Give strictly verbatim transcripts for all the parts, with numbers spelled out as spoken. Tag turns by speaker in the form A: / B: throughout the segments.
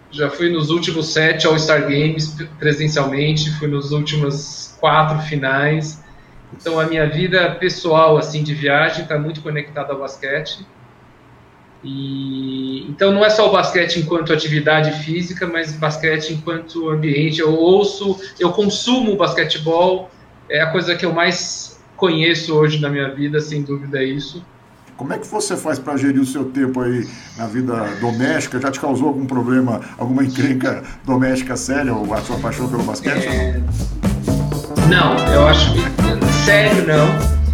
A: Já fui nos últimos sete All-Star Games presencialmente, fui nos últimos quatro finais. Então, a minha vida pessoal, assim, de viagem, está muito conectada ao basquete. E, então, não é só o basquete enquanto atividade física, mas basquete enquanto ambiente. Eu ouço, eu consumo o basquetebol, é a coisa que eu mais conheço hoje na minha vida, sem dúvida é isso.
B: Como é que você faz para gerir o seu tempo aí na vida doméstica? Já te causou algum problema, alguma encrenca doméstica séria, ou a sua paixão pelo basquete ou não?
A: É, não, eu acho que, sério, não.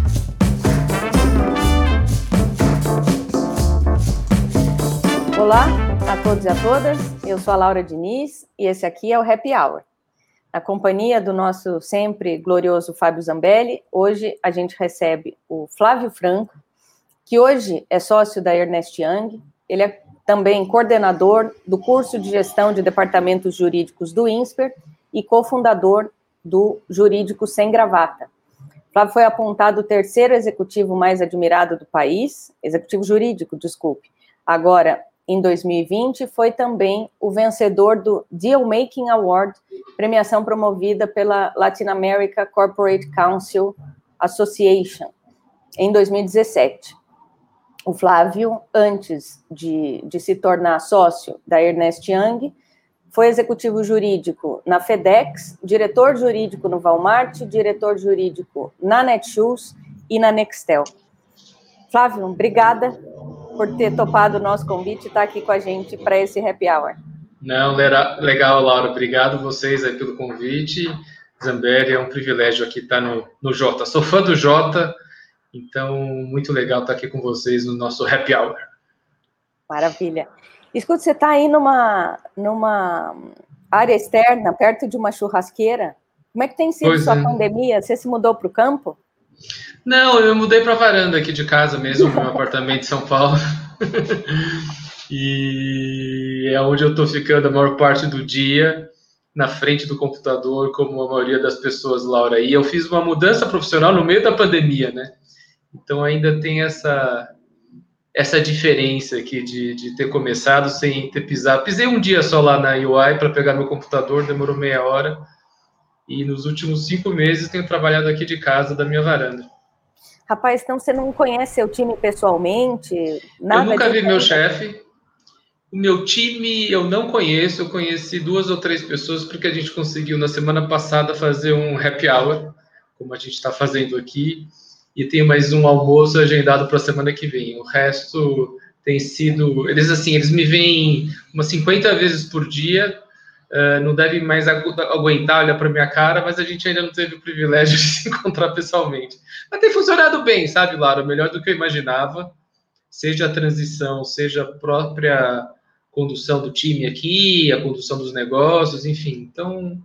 C: Olá a todos e a todas, eu sou a Laura Diniz e esse aqui é o Happy Hour. Na companhia do nosso sempre glorioso Fábio Zambelli, hoje a gente recebe o Flávio Franco, que hoje é sócio da Ernst Young. Ele é também coordenador do curso de gestão de departamentos jurídicos do INSPER e cofundador do Jurídico Sem Gravata. Flávio foi apontado o terceiro executivo mais admirado do país, executivo jurídico, desculpe. Agora, em dois mil e vinte, foi também o vencedor do Deal Making Award, premiação promovida pela Latin America Corporate Council Association, em dois mil e dezessete. O Flávio, antes de, de se tornar sócio da Ernst Young, foi executivo jurídico na FedEx, diretor jurídico no Walmart, diretor jurídico na Netshoes e na Nextel. Flávio, obrigada por ter topado o nosso convite e estar aqui com a gente para esse Happy Hour.
A: Não, legal, Laura. Obrigado vocês aí pelo convite. Zambelli, é um privilégio aqui estar no, no Jota. Sou fã do Jota, então muito legal estar aqui com vocês no nosso Happy Hour.
C: Maravilha. Escuta, você está aí numa, numa área externa, perto de uma churrasqueira. Como é que tem sido
A: pois
C: sua
A: é.
C: pandemia? Você se mudou para o campo?
A: Não, eu mudei para a varanda aqui de casa mesmo, no meu apartamento em São Paulo. E é onde eu estou ficando a maior parte do dia, na frente do computador, como a maioria das pessoas, Laura. E eu fiz uma mudança profissional no meio da pandemia, né? Então ainda tem essa, essa diferença aqui de, de ter começado sem ter pisado. Pisei um dia só lá na U I para pegar meu computador, demorou meia hora. E nos últimos cinco meses tenho trabalhado aqui de casa, da minha varanda.
C: Rapaz, então você não conhece seu time pessoalmente? Nada
A: eu nunca vi
C: disso
A: meu
C: ainda?
A: chefe. O meu time eu não conheço, eu conheci duas ou três pessoas porque a gente conseguiu na semana passada fazer um happy hour, como a gente está fazendo aqui, e tem mais um almoço agendado para a semana que vem. O resto tem sido... Eles assim, eles me veem umas cinquenta vezes por dia, uh, não devem mais agu- aguentar olhar para minha cara, mas a gente ainda não teve o privilégio de se encontrar pessoalmente. Mas tem funcionado bem, sabe, Lara? Melhor do que eu imaginava, seja a transição, seja a própria condução do time aqui, a condução dos negócios, enfim. Então,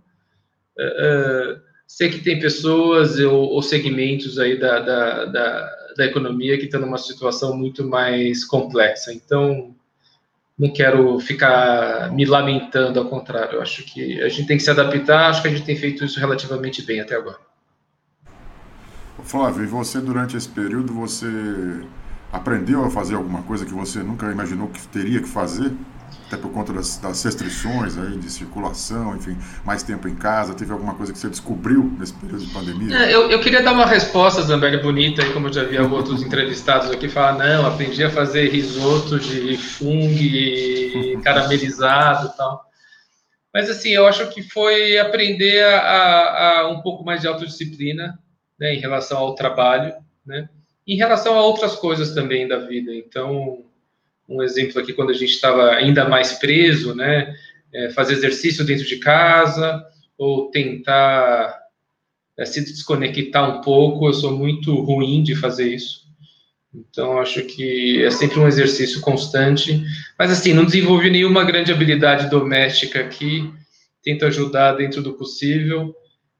A: uh, uh, sei que tem pessoas ou, ou segmentos aí da, da, da, da economia que estão numa situação muito mais complexa. Então, não quero ficar me lamentando, ao contrário. Eu acho que a gente tem que se adaptar, acho que a gente tem feito isso relativamente bem até agora.
B: Flávio, e você durante esse período, você aprendeu a fazer alguma coisa que você nunca imaginou que teria que fazer? Até por conta das, das restrições aí de circulação, enfim, mais tempo em casa, teve alguma coisa que você descobriu nesse período de pandemia?
A: É, eu, eu queria dar uma resposta, Zambelli, bonita, aí, como eu já vi outros entrevistados aqui falar, não, aprendi a fazer risoto de fungo caramelizado e tal. Mas assim, eu acho que foi aprender a, a, a um pouco mais de autodisciplina, né, em relação ao trabalho, né, em relação a outras coisas também da vida. Então, um exemplo aqui, quando a gente estava ainda mais preso, né, é, fazer exercício dentro de casa, ou tentar é, se desconectar um pouco. Eu sou muito ruim de fazer isso. Então, acho que é sempre um exercício constante. Mas, assim, não desenvolvi nenhuma grande habilidade doméstica aqui. Tento ajudar dentro do possível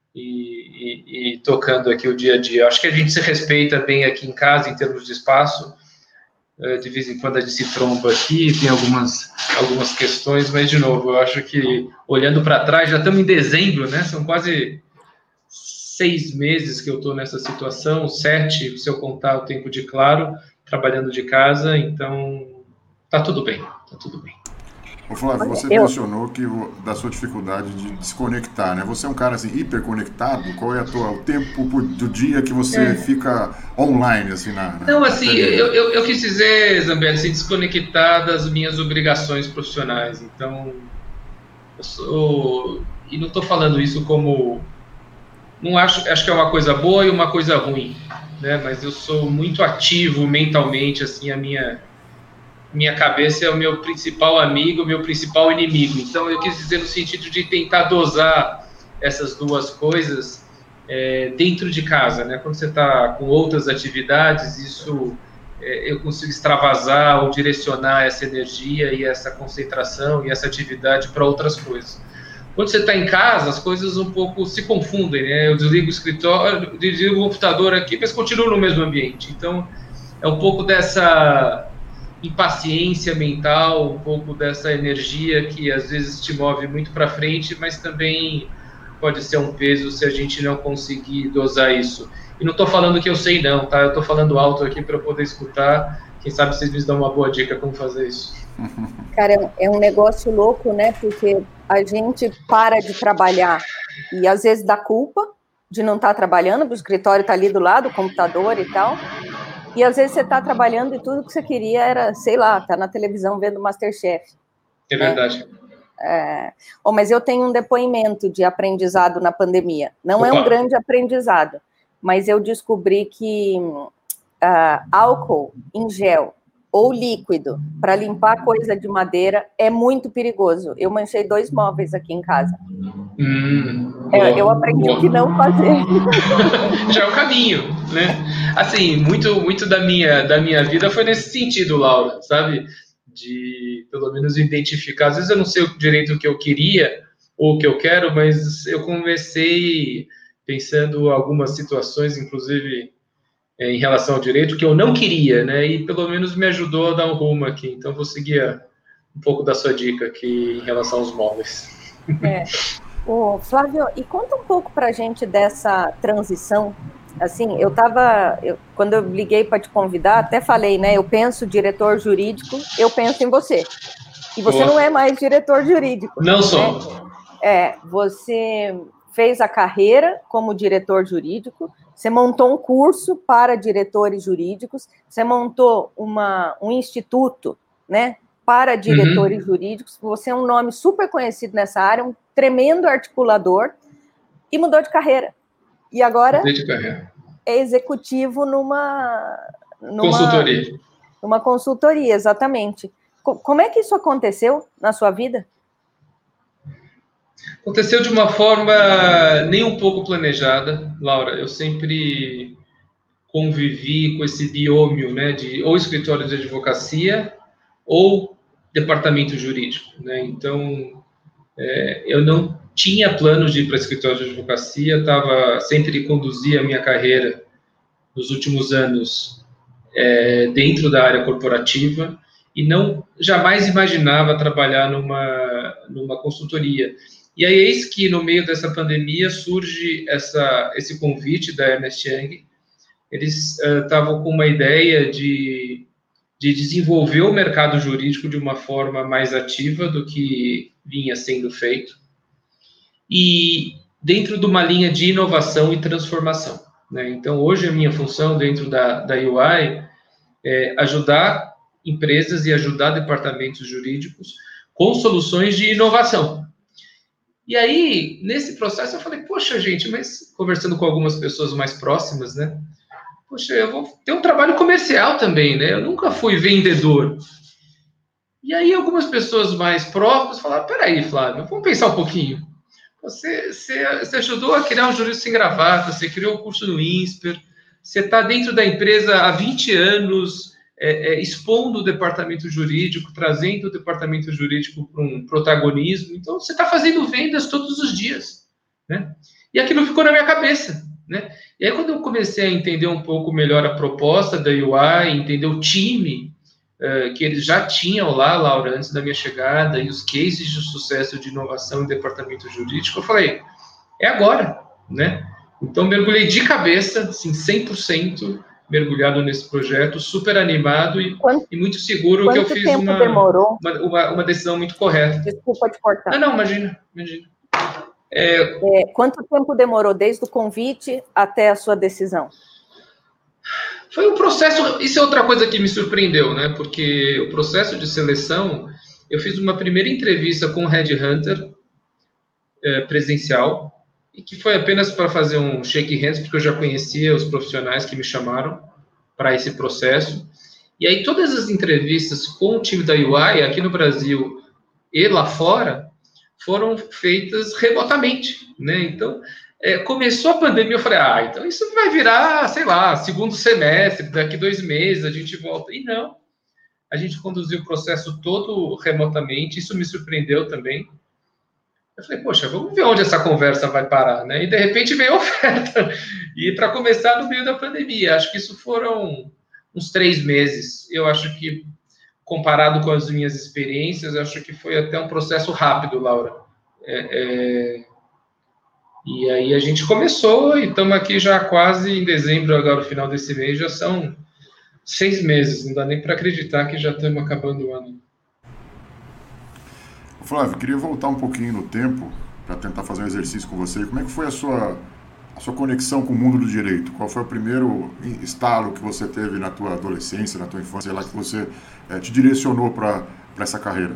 A: e, e, e tocando aqui o dia a dia. Acho que a gente se respeita bem aqui em casa, em termos de espaço. De vez em quando a gente se tromba aqui, tem algumas, algumas questões, mas, de novo, eu acho que, olhando para trás, já estamos em dezembro, né? São quase seis meses que eu estou nessa situação, sete, se eu contar o tempo de claro, trabalhando de casa, então tá tudo bem, tá tudo bem.
B: Ô Flávio, você
C: eu...
B: mencionou que o, da sua dificuldade de desconectar, né? Você é um cara assim, hiperconectado? Qual é a tua, o tempo do dia que você é. fica online, assim, na, na
A: Não, assim, eu, eu, eu quis dizer, Zambelli, assim, desconectar das minhas obrigações profissionais. Então, eu sou... E não estou falando isso como... Não acho, acho que é uma coisa boa e uma coisa ruim, né? Mas eu sou muito ativo mentalmente, assim, a minha... minha cabeça é o meu principal amigo, o meu principal inimigo. Então, eu quis dizer no sentido de tentar dosar essas duas coisas é, dentro de casa, né? Quando você está com outras atividades, isso é, eu consigo extravasar ou direcionar essa energia e essa concentração e essa atividade para outras coisas. Quando você está em casa, as coisas um pouco se confundem, né? Eu desligo o escritório, desligo o computador aqui, mas continuo no mesmo ambiente. Então, é um pouco dessa impaciência mental, um pouco dessa energia que às vezes te move muito para frente, mas também pode ser um peso se a gente não conseguir dosar isso. E não estou falando que eu sei não, tá? Eu estou falando alto aqui para eu poder escutar. Quem sabe vocês me dão uma boa dica como fazer isso.
C: Cara, é um negócio louco, né? Porque a gente para de trabalhar e às vezes dá culpa de não estar trabalhando, o escritório está ali do lado, o computador e tal. E às vezes você está trabalhando e tudo que você queria era, sei lá, tá na televisão vendo MasterChef.
A: É verdade.
C: É... Oh, mas eu tenho um depoimento de aprendizado na pandemia. Não
A: Opa.
C: É um grande aprendizado, mas eu descobri que uh, álcool em gel ou líquido para limpar coisa de madeira é muito perigoso. Eu manchei dois móveis aqui em casa.
A: Hum, boa,
C: eu, eu aprendi
A: boa.
C: o que não fazer.
A: Já é o caminho, né? Assim, muito, muito da minha, da minha vida foi nesse sentido, Laura, sabe? De, pelo menos, identificar. Às vezes eu não sei direito o que eu queria ou o que eu quero, mas eu comecei pensando algumas situações, inclusive em relação ao direito, que eu não queria, né? E pelo menos me ajudou a dar um rumo aqui. Então, vou seguir um pouco da sua dica aqui em relação aos móveis.
C: É. Ô, Flávio, e conta um pouco para a gente dessa transição. Assim, eu estava, quando eu liguei para te convidar, até falei, né? Eu penso diretor jurídico, eu penso em você. E você Boa. Não é mais diretor jurídico.
A: Não
C: né?
A: sou.
C: É, você fez a carreira como diretor jurídico, você montou um curso para diretores jurídicos, você montou uma, um instituto, né, para diretores uhum. jurídicos, você é um nome super conhecido nessa área, um tremendo articulador, e mudou de carreira. E agora
A: de carreira.
C: é executivo numa, numa...
A: Consultoria.
C: Numa consultoria, exatamente. Como é que isso aconteceu na sua vida?
A: Aconteceu de uma forma nem um pouco planejada, Laura. Eu sempre convivi com esse biômio, né, de ou escritório de advocacia ou departamento jurídico, né? Então, é, eu não tinha planos de ir para escritório de advocacia, estava sempre conduzia a minha carreira nos últimos anos é, dentro da área corporativa e não jamais imaginava trabalhar numa numa consultoria. E aí, eis que, no meio dessa pandemia, surge essa, esse convite da Ernst Young. Eles estavam uh, com uma ideia de, de desenvolver o mercado jurídico de uma forma mais ativa do que vinha sendo feito. E dentro de uma linha de inovação e transformação, né? Então, hoje, a minha função dentro da, da U I é ajudar empresas e ajudar departamentos jurídicos com soluções de inovação. E aí, nesse processo, eu falei, poxa, gente, mas conversando com algumas pessoas mais próximas, né? Poxa, eu vou ter um trabalho comercial também, né? Eu nunca fui vendedor. E aí, algumas pessoas mais próximas falaram, peraí, Flávio, vamos pensar um pouquinho. Você, você, você ajudou a criar um Jurista Sem Gravata, você criou o um curso no INSPER, você está dentro da empresa há vinte anos, É, é, expondo o departamento jurídico, trazendo o departamento jurídico para um protagonismo. Então, você está fazendo vendas todos os dias, né? E aquilo ficou na minha cabeça, né? E aí, quando eu comecei a entender um pouco melhor a proposta da U I, entender o time uh, que eles já tinham lá, Laura, antes da minha chegada, e os cases de sucesso de inovação em departamento jurídico, eu falei, é agora, né? Então, mergulhei de cabeça, assim, cem por cento, mergulhado nesse projeto, super animado e,
C: quanto,
A: e muito seguro que eu fiz uma, uma, uma, uma decisão muito correta.
C: Desculpa te cortar.
A: Não, não, imagina, imagina.
C: É... É, quanto tempo demorou desde o convite até a sua decisão?
A: Foi um processo, isso é outra coisa que me surpreendeu, né? Porque o processo de seleção, eu fiz uma primeira entrevista com o Headhunter é, presencial, e que foi apenas para fazer um shake hands, porque eu já conhecia os profissionais que me chamaram para esse processo. E aí todas as entrevistas com o time da U I, aqui no Brasil e lá fora, foram feitas remotamente, né? Então, é, começou a pandemia, eu falei, ah, então isso vai virar, sei lá, segundo semestre, daqui dois meses a gente volta. E não, a gente conduziu o processo todo remotamente, isso me surpreendeu também. Eu falei, poxa, vamos ver onde essa conversa vai parar, né? E de repente veio a oferta. E para começar no meio da pandemia, acho que isso foram uns três meses. Eu acho que, comparado com as minhas experiências, acho que foi até um processo rápido, Laura. É, é... E aí a gente começou e estamos aqui já quase em dezembro, agora no final desse mês, já são seis meses. Não dá nem para acreditar que já estamos acabando o ano.
B: Flávio, queria voltar um pouquinho no tempo para tentar fazer um exercício com você. Como é que foi a sua, a sua conexão com o mundo do direito? Qual foi o primeiro estalo que você teve na tua adolescência, na tua infância, lá que você é, te direcionou para essa carreira?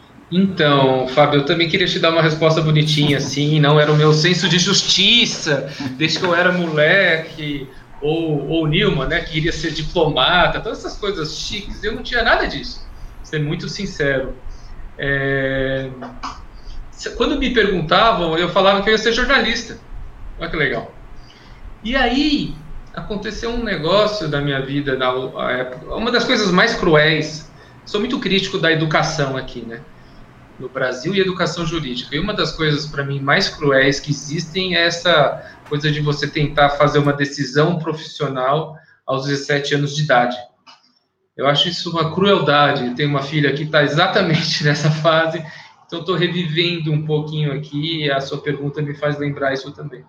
A: Então, Fábio, eu também queria te dar uma resposta bonitinha, assim, não era o meu senso de justiça, desde que eu era moleque, ou, ou Nilma, né, que queria ser diplomata, todas essas coisas chiques, eu não tinha nada disso, vou ser muito sincero. É... Quando me perguntavam, eu falava que eu ia ser jornalista. Olha que legal. E aí, aconteceu um negócio da minha vida na época, uma das coisas mais cruéis, sou muito crítico da educação aqui, né, no Brasil, e educação jurídica. E uma das coisas, para mim, mais cruéis que existem é essa coisa de você tentar fazer uma decisão profissional aos dezessete anos de idade. Eu acho isso uma crueldade. Tenho uma filha que está exatamente nessa fase, então estou revivendo um pouquinho aqui, e a sua pergunta me faz lembrar isso também.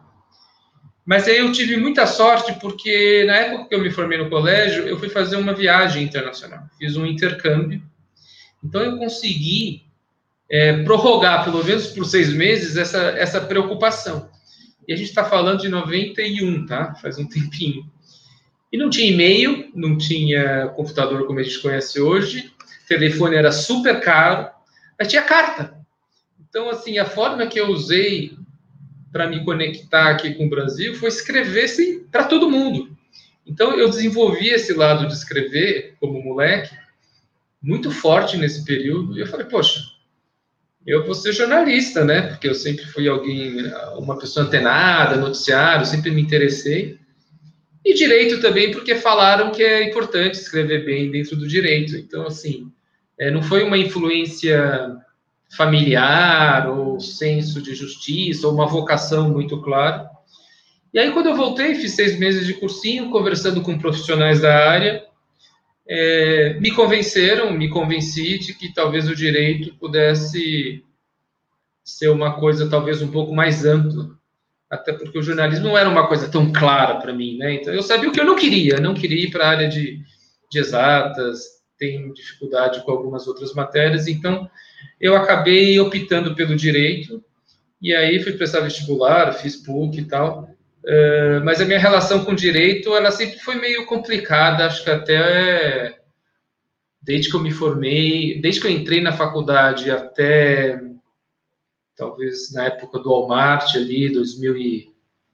A: Mas aí eu tive muita sorte, porque na época que eu me formei no colégio, eu fui fazer uma viagem internacional, fiz um intercâmbio, então eu consegui é, prorrogar, pelo menos por seis meses, essa, essa preocupação. E a gente está falando de noventa e um, tá? Faz um tempinho. E não tinha e-mail, não tinha computador como a gente conhece hoje, telefone era super caro, mas tinha carta. Então, assim, a forma que eu usei para me conectar aqui com o Brasil foi escrever para todo mundo. Então, eu desenvolvi esse lado de escrever, como moleque, muito forte nesse período, e eu falei, poxa, eu vou ser jornalista, né? Porque eu sempre fui alguém, uma pessoa antenada, noticiário, sempre me interessei. E direito também, porque falaram que é importante escrever bem dentro do direito. Então, assim, é, não foi uma influência familiar ou senso de justiça ou uma vocação muito clara. E aí, quando eu voltei, fiz seis meses de cursinho, conversando com profissionais da área, é, me convenceram, me convenci de que talvez o direito pudesse ser uma coisa talvez um pouco mais ampla. Até porque o jornalismo não era uma coisa tão clara para mim, né? Então, eu sabia o que eu não queria. Não queria ir para a área de, de exatas, tenho dificuldade com algumas outras matérias. Então, eu acabei optando pelo direito. E aí, fui prestar vestibular, fiz P U C e tal. Uh, mas a minha relação com o direito, ela sempre foi meio complicada. Acho que até desde que eu me formei, desde que eu entrei na faculdade até... talvez na época do Walmart ali, dois mil e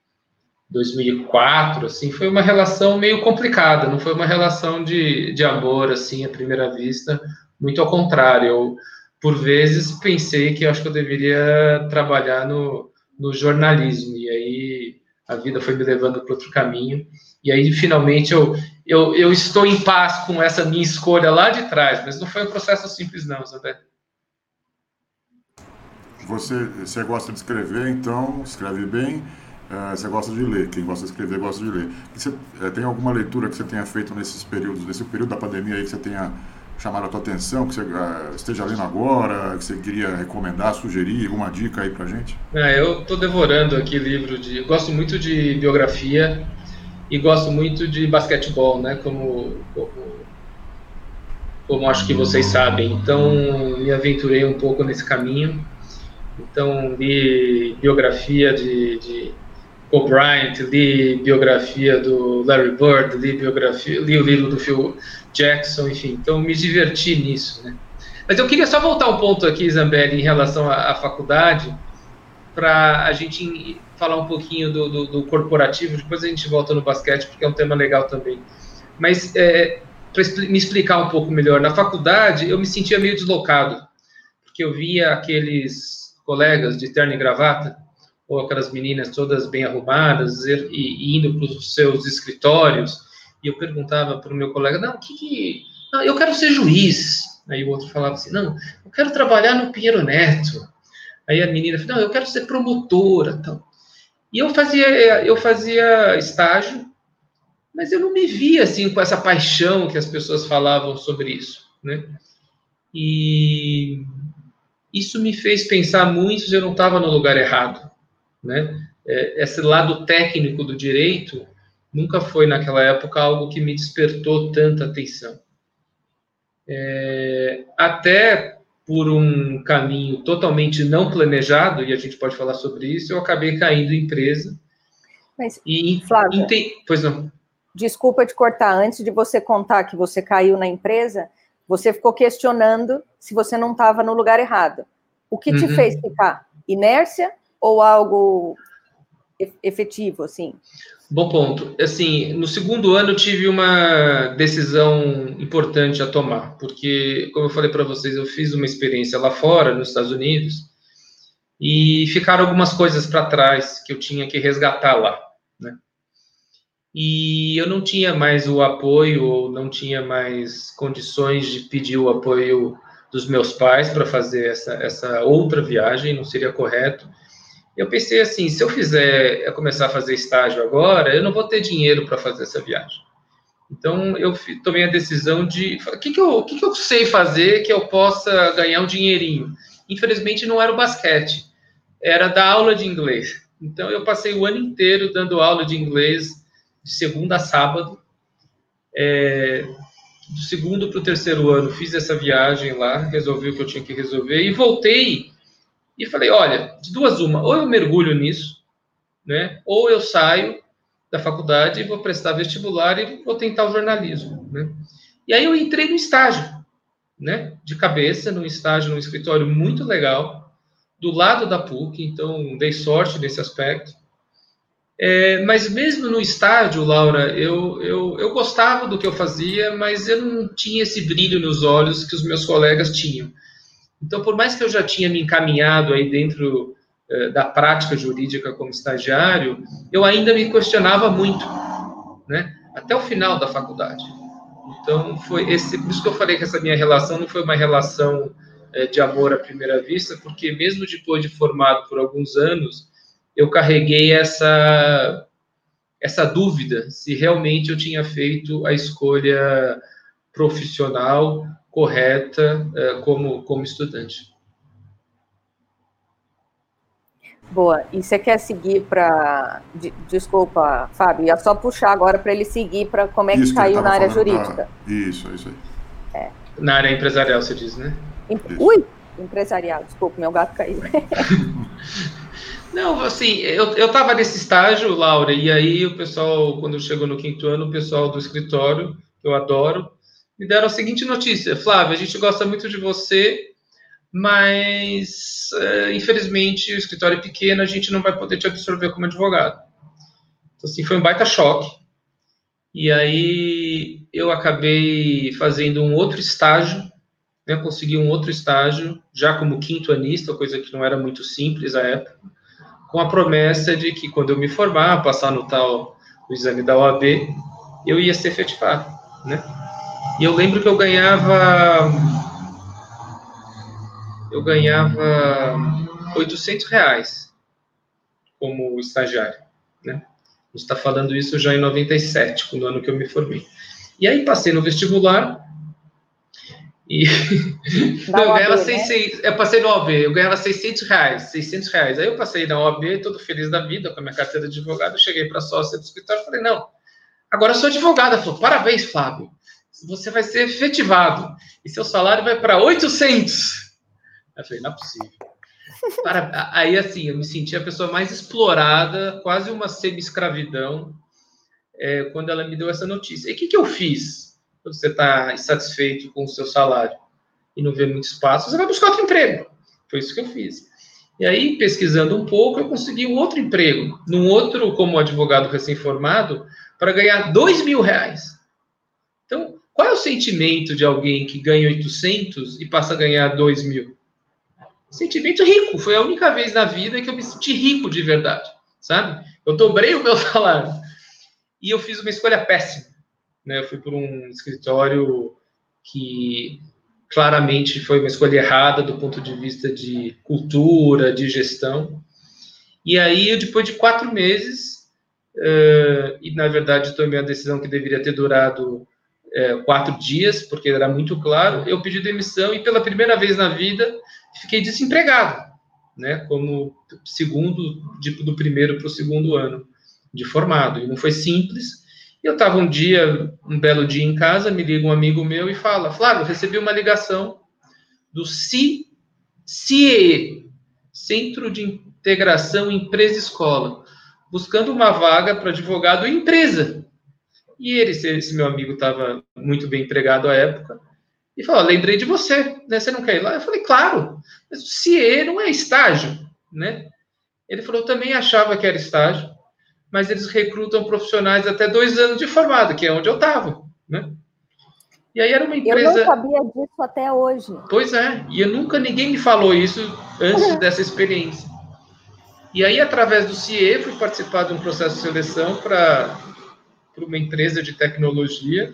A: quatro, assim, foi uma relação meio complicada, não foi uma relação de, de amor, assim, à primeira vista, muito ao contrário. Eu, por vezes, pensei que eu acho que eu deveria trabalhar no, no jornalismo, e aí a vida foi me levando para outro caminho, e aí, finalmente, eu, eu, eu estou em paz com essa minha escolha lá de trás, mas não foi um processo simples, não, Zé.
B: Você, você gosta de escrever, então, escreve bem, uh, você gosta de ler. Quem gosta de escrever, gosta de ler. Você, uh, tem alguma leitura que você tenha feito nesses períodos, nesse período da pandemia aí, que você tenha chamado a tua atenção, que você uh, esteja lendo agora, que você queria recomendar, sugerir, alguma dica aí pra gente?
A: É, eu estou devorando aqui livro de... Eu gosto muito de biografia, e gosto muito de basquetebol, né? Como, como, como acho que vocês sabem. Então, me aventurei um pouco nesse caminho. Então, li biografia de, de Kobe Bryant, li biografia do Larry Bird, li, biografia, li o livro do Phil Jackson, enfim. Então, me diverti nisso, né? Mas eu queria só voltar um ponto aqui, Zambelli, em relação à, à faculdade, para a gente falar um pouquinho do, do, do corporativo, depois a gente volta no basquete, porque é um tema legal também. Mas, é, para me explicar um pouco melhor, na faculdade eu me sentia meio deslocado, porque eu via aqueles colegas de terno e gravata, ou aquelas meninas todas bem arrumadas, e, e indo para os seus escritórios, e eu perguntava para o meu colega, não, o que que... Não, eu quero ser juiz. Aí o outro falava assim, não, eu quero trabalhar no Pinheiro Neto. Aí a menina falou, não, eu quero ser promotora. Tal. E eu fazia, eu fazia estágio, mas eu não me via assim com essa paixão que as pessoas falavam sobre isso, né? E isso me fez pensar muito se eu não estava no lugar errado, né? Esse lado técnico do direito nunca foi, naquela época, algo que me despertou tanta atenção. É, até por um caminho totalmente não planejado, e a gente pode falar sobre isso, eu acabei caindo em empresa.
C: Mas,
A: e
C: Flávia,
A: ente... pois não.
C: Desculpa te cortar, antes de você contar que você caiu na empresa, você ficou questionando se você não estava no lugar errado. O que te uhum. fez ficar? Inércia ou algo efetivo, assim?
A: Bom ponto. Assim, no segundo ano eu tive uma decisão importante a tomar, porque, como eu falei para vocês, eu fiz uma experiência lá fora, nos Estados Unidos, e ficaram algumas coisas para trás que eu tinha que resgatar lá, né? E eu não tinha mais o apoio, ou não tinha mais condições de pedir o apoio dos meus pais para fazer essa, essa outra viagem, não seria correto. Eu pensei assim, se eu fizer, eu começar a fazer estágio agora, eu não vou ter dinheiro para fazer essa viagem. Então, eu tomei a decisão de, o que que eu, o que que eu sei fazer que eu possa ganhar um dinheirinho? Infelizmente, não era o basquete, era dar aula de inglês. Então, eu passei o ano inteiro dando aula de inglês, de segunda a sábado. É, do segundo para o terceiro ano, fiz essa viagem lá, resolvi o que eu tinha que resolver, e voltei e falei, olha, de duas uma, ou eu mergulho nisso, né, ou eu saio da faculdade e vou prestar vestibular e vou tentar o jornalismo, né. E aí eu entrei no estágio, né, de cabeça, num estágio, num escritório muito legal, do lado da P U C, então dei sorte nesse aspecto. É, mas mesmo no estágio, Laura, eu, eu, eu gostava do que eu fazia, mas eu não tinha esse brilho nos olhos que os meus colegas tinham. Então, por mais que eu já tinha me encaminhado aí dentro eh, da prática jurídica como estagiário, eu ainda me questionava muito, né? Até o final da faculdade. Então, foi esse, por isso que eu falei que essa minha relação não foi uma relação eh, de amor à primeira vista, porque mesmo depois de formado por alguns anos, eu carreguei essa, essa dúvida se realmente eu tinha feito a escolha profissional correta uh, como, como estudante.
C: Boa. E você quer seguir para... De, desculpa, Fábio, ia só puxar agora para ele seguir para como é que isso caiu que na área jurídica.
B: Da... Isso, isso aí.
C: É.
A: Na área empresarial, você diz, né?
C: Isso. Ui! Empresarial, desculpa, meu gato caiu.
A: Não, assim, eu, eu tava nesse estágio, Laura, e aí o pessoal, quando chegou no quinto ano, o pessoal do escritório, que eu adoro, me deram a seguinte notícia: Flávio, a gente gosta muito de você, mas, é, infelizmente, o escritório é pequeno, a gente não vai poder te absorver como advogado. Então, assim, foi um baita choque. E aí eu acabei fazendo um outro estágio, né, consegui um outro estágio, já como quinto anista, coisa que não era muito simples à época, com a promessa de que quando eu me formar, passar no tal no exame da O A B, eu ia ser efetivado, né? E eu lembro que eu ganhava eu ganhava oitocentos reais como estagiário, né? A gente está falando isso já em noventa e sete, no ano que eu me formei. E aí passei no vestibular e não, eu ganhava seiscentos, né? Eu passei no O A B, eu ganhava seiscentos reais, seiscentos reais. Aí eu passei na O A B, todo feliz da vida, com a minha carteira de advogado, cheguei para a sócia do escritório e falei, não, Agora eu sou advogada. Falou, parabéns, Fábio. Você vai ser efetivado. E seu salário vai para oitocentos. Eu falei, não é possível. Para... Aí, assim, eu me senti a pessoa mais explorada, quase uma semi-escravidão, é, quando ela me deu essa notícia. E o que, que eu fiz? Quando você está insatisfeito com o seu salário e não vê muito espaço, você vai buscar outro emprego. Foi isso que eu fiz. E aí, pesquisando um pouco, eu consegui um outro emprego, num outro, como advogado recém-formado, para ganhar dois mil reais. Então, qual é o sentimento de alguém que ganha oitocentos e passa a ganhar dois mil? Sentimento rico. Foi a única vez na vida que eu me senti rico de verdade, sabe? Eu dobrei o meu salário. E eu fiz uma escolha péssima, né? Eu fui por um escritório que claramente foi uma escolha errada do ponto de vista de cultura, de gestão. E aí, depois de quatro meses, uh, e na verdade tomei a decisão que deveria ter durado uh, quatro dias, porque era muito claro, eu pedi demissão e pela primeira vez na vida fiquei desempregado, né, como segundo, tipo, do primeiro para o segundo ano de formado. E não foi simples. Eu estava um dia, um belo dia em casa, me liga um amigo meu e fala, Flávio, recebi uma ligação do C I E, Centro de Integração Empresa-Escola, buscando uma vaga para advogado em empresa. E ele, esse meu amigo estava muito bem empregado à época, e falou, lembrei de você, né? Você não quer ir lá? Eu falei, claro, mas o C I E não é estágio, né? Ele falou, eu também achava que era estágio, mas eles recrutam profissionais até dois anos de formado, que é onde eu estava, né? E aí era uma empresa...
C: Eu não sabia disso até hoje.
A: Pois é, e eu nunca, ninguém me falou isso antes dessa experiência. E aí, através do C I E, fui participar de um processo de seleção para uma empresa de tecnologia,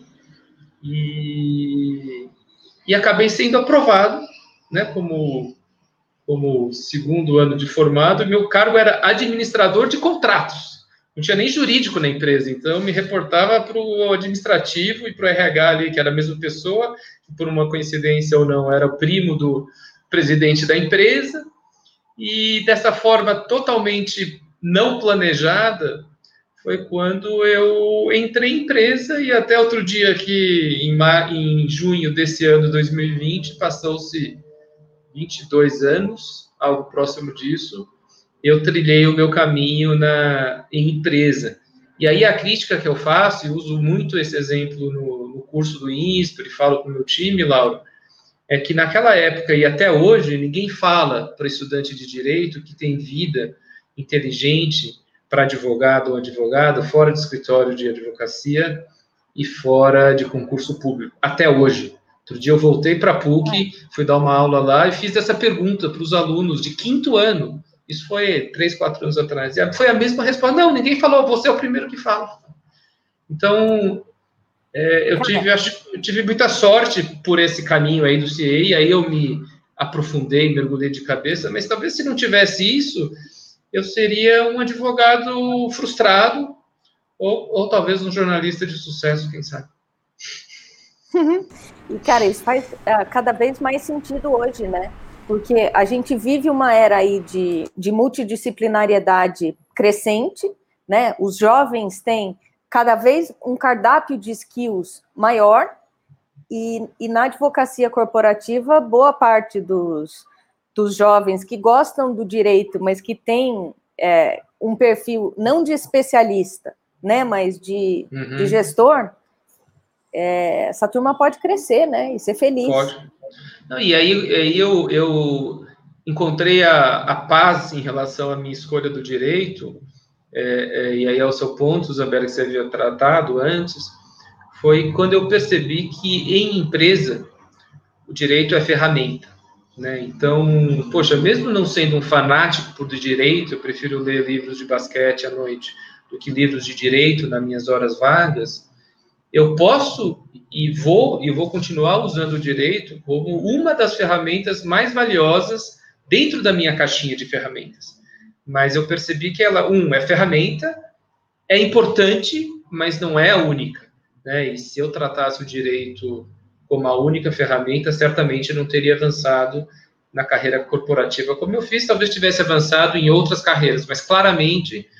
A: e... E acabei sendo aprovado, né, como, como segundo ano de formado, e meu cargo era administrador de contratos. Não tinha nem jurídico na empresa, então eu me reportava para o administrativo e para o R H ali, que era a mesma pessoa, que por uma coincidência ou não, era o primo do presidente da empresa, e dessa forma totalmente não planejada, foi quando eu entrei em empresa e até outro dia aqui, em, ma... em junho desse ano, dois mil e vinte, passou-se vinte e dois anos, algo próximo disso, eu trilhei o meu caminho na... em empresa. E aí a crítica que eu faço, e uso muito esse exemplo no, no curso do INSPER, e falo com o meu time, Laura, é que naquela época e até hoje, ninguém fala para estudante de direito que tem vida inteligente para advogado ou advogada, fora de escritório de advocacia e fora de concurso público, até hoje. Outro dia eu voltei para a PUC, fui dar uma aula lá e fiz essa pergunta para os alunos de quinto ano, isso foi três, quatro anos atrás, e foi a mesma resposta, não, ninguém falou, você é o primeiro que fala. Então, é, eu, tive, acho, eu tive muita sorte por esse caminho aí do C I E, e aí eu me aprofundei, mergulhei de cabeça, mas talvez se não tivesse isso, eu seria um advogado frustrado ou, ou talvez um jornalista de sucesso, quem sabe.
C: E, cara, isso faz uh, cada vez mais sentido hoje, né? Porque a gente vive uma era aí de, de multidisciplinariedade crescente, né? Os jovens têm cada vez um cardápio de skills maior e, e na advocacia corporativa, boa parte dos... dos jovens que gostam do direito, mas que têm é, um perfil não de especialista, né, mas de, uhum. de gestor, é, essa turma pode crescer, né, e ser feliz.
A: Pode. Não, e aí, aí eu, eu encontrei a, a paz em relação à minha escolha do direito, é, é, e aí ao seu ponto, Zambelli, que você havia tratado antes, foi quando eu percebi que em empresa o direito é ferramenta. Né? Então, poxa, mesmo não sendo um fanático por direito, eu prefiro ler livros de basquete à noite do que livros de direito nas minhas horas vagas, eu posso e vou, e vou continuar usando o direito como uma das ferramentas mais valiosas dentro da minha caixinha de ferramentas. Mas eu percebi que ela, um, é ferramenta, é importante, mas não é a única. Né? E se eu tratasse o direito como a única ferramenta, certamente não teria avançado na carreira corporativa como eu fiz, talvez tivesse avançado em outras carreiras, mas claramente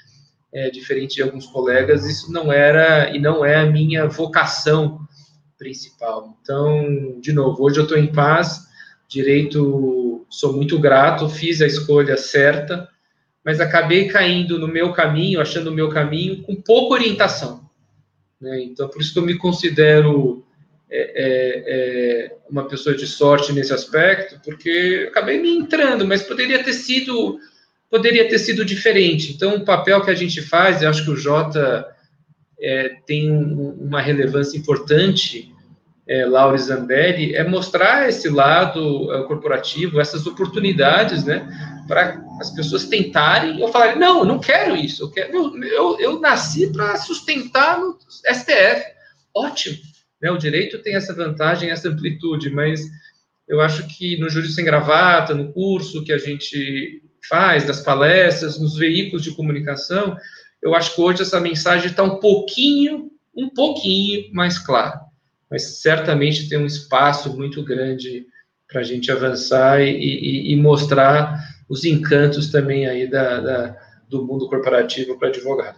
A: é, diferente de alguns colegas, isso não era e não é a minha vocação principal. Então, de novo, hoje eu estou em paz, direito, sou muito grato, fiz a escolha certa, mas acabei caindo no meu caminho, achando o meu caminho com pouca orientação, né? Então, por isso que eu me considero é, é, é, uma pessoa de sorte nesse aspecto, porque acabei me entrando, mas poderia ter sido, poderia ter sido diferente. Então, o papel que a gente faz, eu acho que o Jota é, tem um, uma relevância importante, É, Laura Zambelli, é mostrar esse lado é, corporativo, essas oportunidades, né, para as pessoas tentarem ou falarem, não, eu não quero isso, eu, quero, eu, eu, eu nasci para sustentar no S T F, ótimo, né, o direito tem essa vantagem, essa amplitude, mas eu acho que no Jurídico Sem Gravata, no curso que a gente faz, das palestras, nos veículos de comunicação, eu acho que hoje essa mensagem está um pouquinho, um pouquinho mais clara, mas certamente tem um espaço muito grande para a gente avançar e, e, e mostrar os encantos também aí da, da, do mundo corporativo para advogado.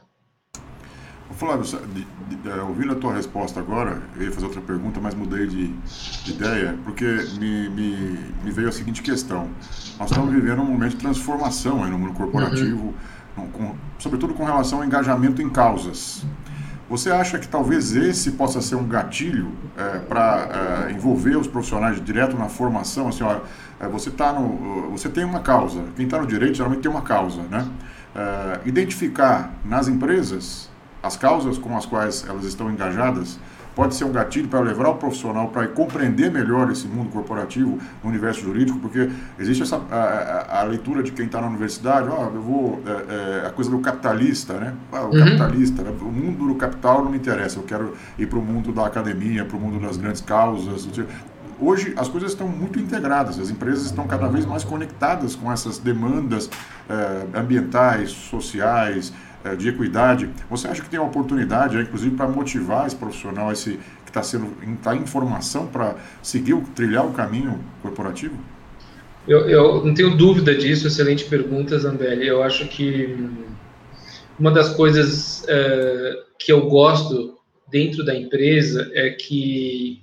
B: Flávio, de, de, de, ouvindo a tua resposta agora, eu ia fazer outra pergunta, mas mudei de, de ideia, porque me, me, me veio a seguinte questão. Nós estamos vivendo um momento de transformação aí no mundo corporativo, uhum. com, sobretudo com relação ao engajamento em causas. Você acha que talvez esse possa ser um gatilho é, para é, envolver os profissionais direto na formação? Assim, ó, é, você, tá no, você tem uma causa, quem está no direito geralmente tem uma causa, né? É, identificar nas empresas as causas com as quais elas estão engajadas pode ser um gatilho para levar o profissional para compreender melhor esse mundo corporativo no universo jurídico, porque existe essa, a, a, a leitura de quem está na universidade, ó, eu vou, é, é, a coisa do capitalista, né? Ah, o uhum. capitalista, né? O mundo do capital não me interessa, eu quero ir para o mundo da academia, para o mundo das grandes causas. Hoje as coisas estão muito integradas, as empresas estão cada vez mais conectadas com essas demandas é, ambientais, sociais, de equidade. Você acha que tem uma oportunidade, inclusive, para motivar esse profissional, esse que está sendo tá em formação, para seguir, trilhar o caminho corporativo?
A: Eu, eu não tenho dúvida disso, excelente pergunta, Zambelli. Eu acho que uma das coisas é, que eu gosto dentro da empresa é que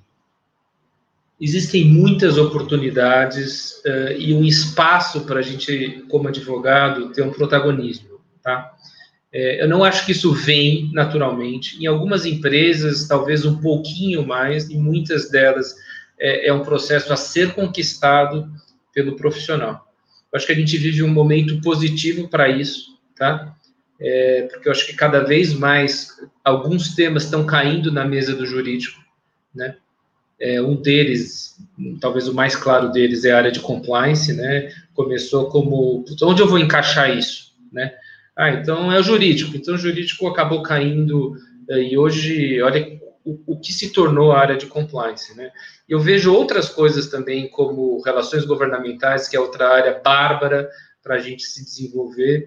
A: existem muitas oportunidades é, e um espaço para a gente, como advogado, ter um protagonismo, tá? É, eu não acho que isso vem naturalmente. Em algumas empresas, talvez um pouquinho mais, e muitas delas é, é um processo a ser conquistado pelo profissional. Eu acho que a gente vive um momento positivo para isso, tá? É, porque eu acho que cada vez mais alguns temas estão caindo na mesa do jurídico, né? É, um deles, talvez o mais claro deles, é a área de compliance, né? Começou como, onde eu vou encaixar isso, né? Ah, então é o jurídico. Então o jurídico acabou caindo e hoje, olha o, o que se tornou a área de compliance, né? Eu vejo outras coisas também, como relações governamentais, que é outra área bárbara para a gente se desenvolver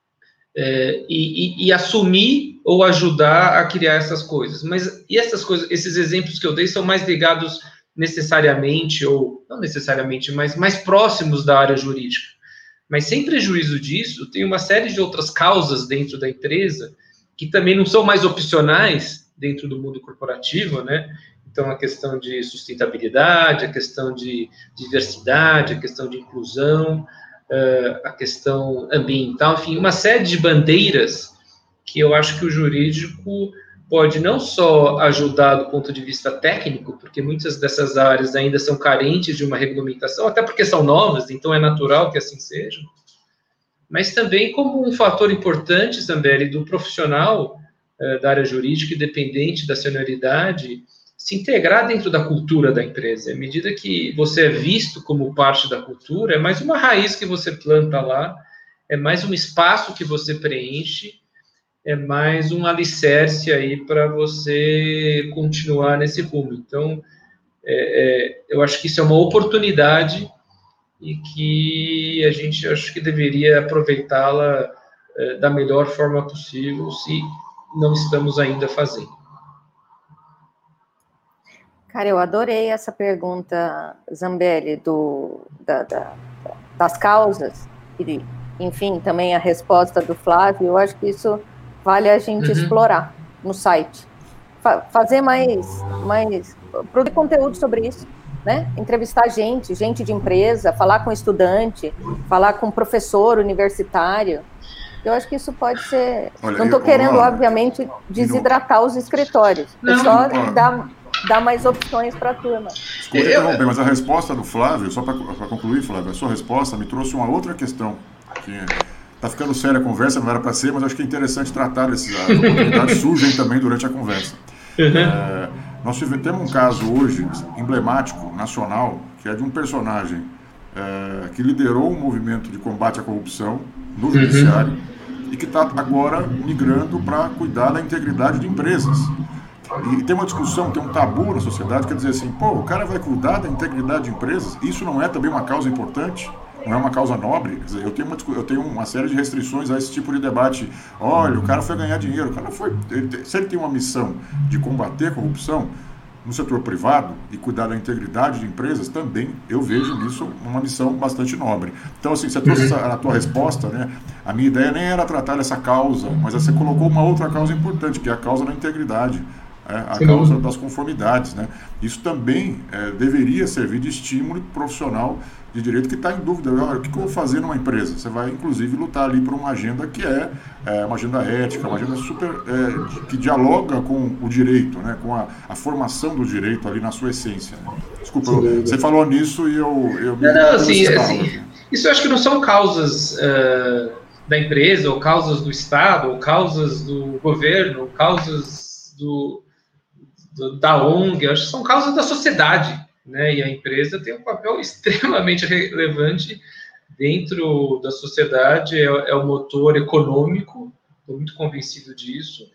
A: é, e, e, e assumir ou ajudar a criar essas coisas. Mas e essas coisas, esses exemplos que eu dei são mais ligados necessariamente, ou não necessariamente, mas mais próximos da área jurídica. Mas sem prejuízo disso, tem uma série de outras causas dentro da empresa que também não são mais opcionais dentro do mundo corporativo, né? Então, a questão de sustentabilidade, a questão de diversidade, a questão de inclusão, a questão ambiental, enfim, uma série de bandeiras que eu acho que o jurídico pode não só ajudar do ponto de vista técnico, porque muitas dessas áreas ainda são carentes de uma regulamentação, até porque são novas, então é natural que assim seja, mas também como um fator importante, Zambelli, do profissional eh, da área jurídica, independente da senioridade, se integrar dentro da cultura da empresa. À medida que você é visto como parte da cultura, é mais uma raiz que você planta lá, é mais um espaço que você preenche, é mais um alicerce aí para você continuar nesse rumo. Então, é, é, eu acho que isso é uma oportunidade e que a gente acho que deveria aproveitá-la é, da melhor forma possível, se não estamos ainda fazendo.
C: Cara, eu adorei essa pergunta, Zambelli, do, da, da, das causas, e, enfim, também a resposta do Flávio. Eu acho que isso vale a gente
A: Uhum.
C: explorar no site. Fa- fazer mais, mais, produzir conteúdo sobre isso, né? Entrevistar gente, gente de empresa, falar com estudante, falar com professor universitário. Eu acho que isso pode ser...
B: Olha,
C: Não
B: eu,
C: estou
B: ô,
C: querendo,
B: Laura,
C: obviamente,
B: e no-
C: desidratar os escritórios. É
A: Não,
C: só
B: ó,
C: dar, dar mais opções para a turma.
B: desculpa
A: eu,
B: interromper, mas a resposta do Flávio, só para concluir, Flávio, a sua resposta me trouxe uma outra questão, que está ficando séria a conversa, não era para ser, mas acho que é interessante tratar desses, as oportunidades surgem também durante a conversa.
A: Uhum.
B: É, nós tivemos, temos um caso hoje emblemático, nacional, que é de um personagem é, que liderou um movimento de combate à corrupção no judiciário
A: Uhum.
B: e que está agora migrando para cuidar da integridade de empresas. E tem uma discussão, tem um tabu na sociedade, quer dizer assim, pô, o cara vai cuidar da integridade de empresas? Isso não é também uma causa importante? Não é uma causa nobre? Quer dizer, eu tenho uma, eu tenho uma série de restrições a esse tipo de debate. Olha, o cara foi ganhar dinheiro, o cara foi... Ele, se ele tem uma missão de combater a corrupção no setor privado e cuidar da integridade de empresas, também eu vejo nisso uma missão bastante nobre. Então, assim, você trouxe essa, a tua resposta, né? A minha ideia nem era tratar essa causa, mas você colocou uma outra causa importante, que é a causa da integridade. É, a
A: Sim.
B: causa das conformidades, né? Isso também é, deveria servir de estímulo profissional de direito que está em dúvida. Olha, o que eu vou fazer numa empresa? Você vai, inclusive, lutar ali por uma agenda que é, é uma agenda ética, uma agenda super é, que dialoga com o direito, né? Com a, a formação do direito ali na sua essência. Né? Desculpa, eu, você falou nisso e eu, eu me
A: Não, não, assim,
B: estalo
A: assim,
B: aqui.
A: isso eu acho que não são causas uh, da empresa, ou causas do Estado, ou causas do governo, ou causas do, do, da O N G, eu acho que são causas da sociedade, né? E a empresa tem um papel extremamente relevante dentro da sociedade, é, é o motor econômico, estou muito convencido disso,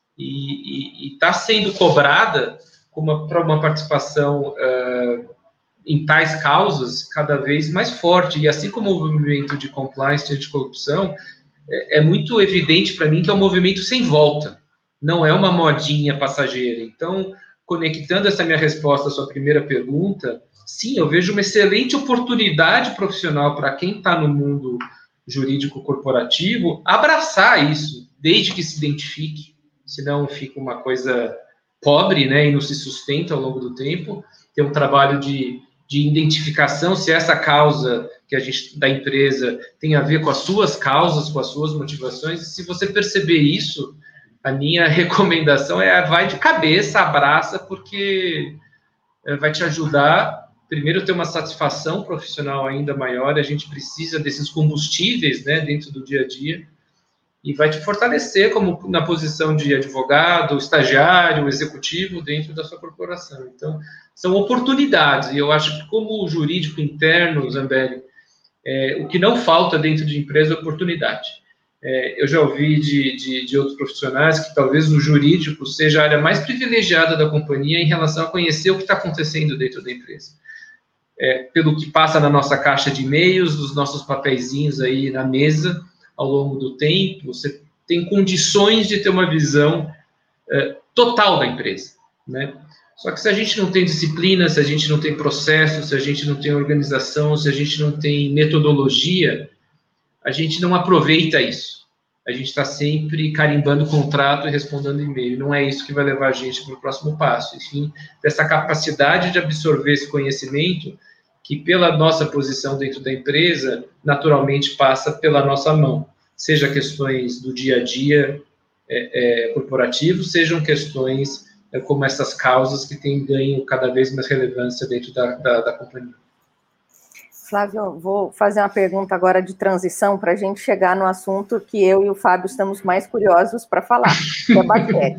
A: e está sendo cobrada para uma, uma participação uh, em tais causas cada vez mais forte. E assim como o movimento de compliance e anticorrupção, é, é muito evidente para mim que é um movimento sem volta, não é uma modinha passageira. Então, conectando essa minha resposta à sua primeira pergunta, sim, eu vejo uma excelente oportunidade profissional para quem está no mundo jurídico corporativo abraçar isso, desde que se identifique, senão fica uma coisa pobre, né, e não se sustenta ao longo do tempo. Tem um trabalho de, de identificação se essa causa que a gente da empresa tem a ver com as suas causas, com as suas motivações, e se você perceber isso, a minha recomendação é vai de cabeça, abraça, porque vai te ajudar, primeiro, a ter uma satisfação profissional ainda maior. A gente precisa desses combustíveis, né, dentro do dia a dia, e vai te fortalecer como na posição de advogado, estagiário, executivo dentro da sua corporação. Então, são oportunidades, e eu acho que como jurídico interno, Zambelli, é, o que não falta dentro de empresa é oportunidade. É, eu já ouvi de, de, de outros profissionais que talvez o jurídico seja a área mais privilegiada da companhia em relação a conhecer o que está acontecendo dentro da empresa. É, pelo que passa na nossa caixa de e-mails, dos nossos papeizinhos aí na mesa, ao longo do tempo, você tem condições de ter uma visão é, total da empresa, né? Só que se a gente não tem disciplina, se a gente não tem processo, se a gente não tem organização, se a gente não tem metodologia, a gente não aproveita isso. A gente está sempre carimbando o contrato e respondendo e-mail. Não é isso que vai levar a gente para o próximo passo. Enfim, dessa capacidade de absorver esse conhecimento que, pela nossa posição dentro da empresa, naturalmente passa pela nossa mão. Seja questões do dia a dia é, é, corporativo, sejam questões é, como essas causas que têm ganho cada vez mais relevância dentro da, da, da companhia.
C: Flávio, vou fazer uma pergunta agora de transição para a gente chegar no assunto que eu e o Fábio estamos mais curiosos para falar, que é basquete.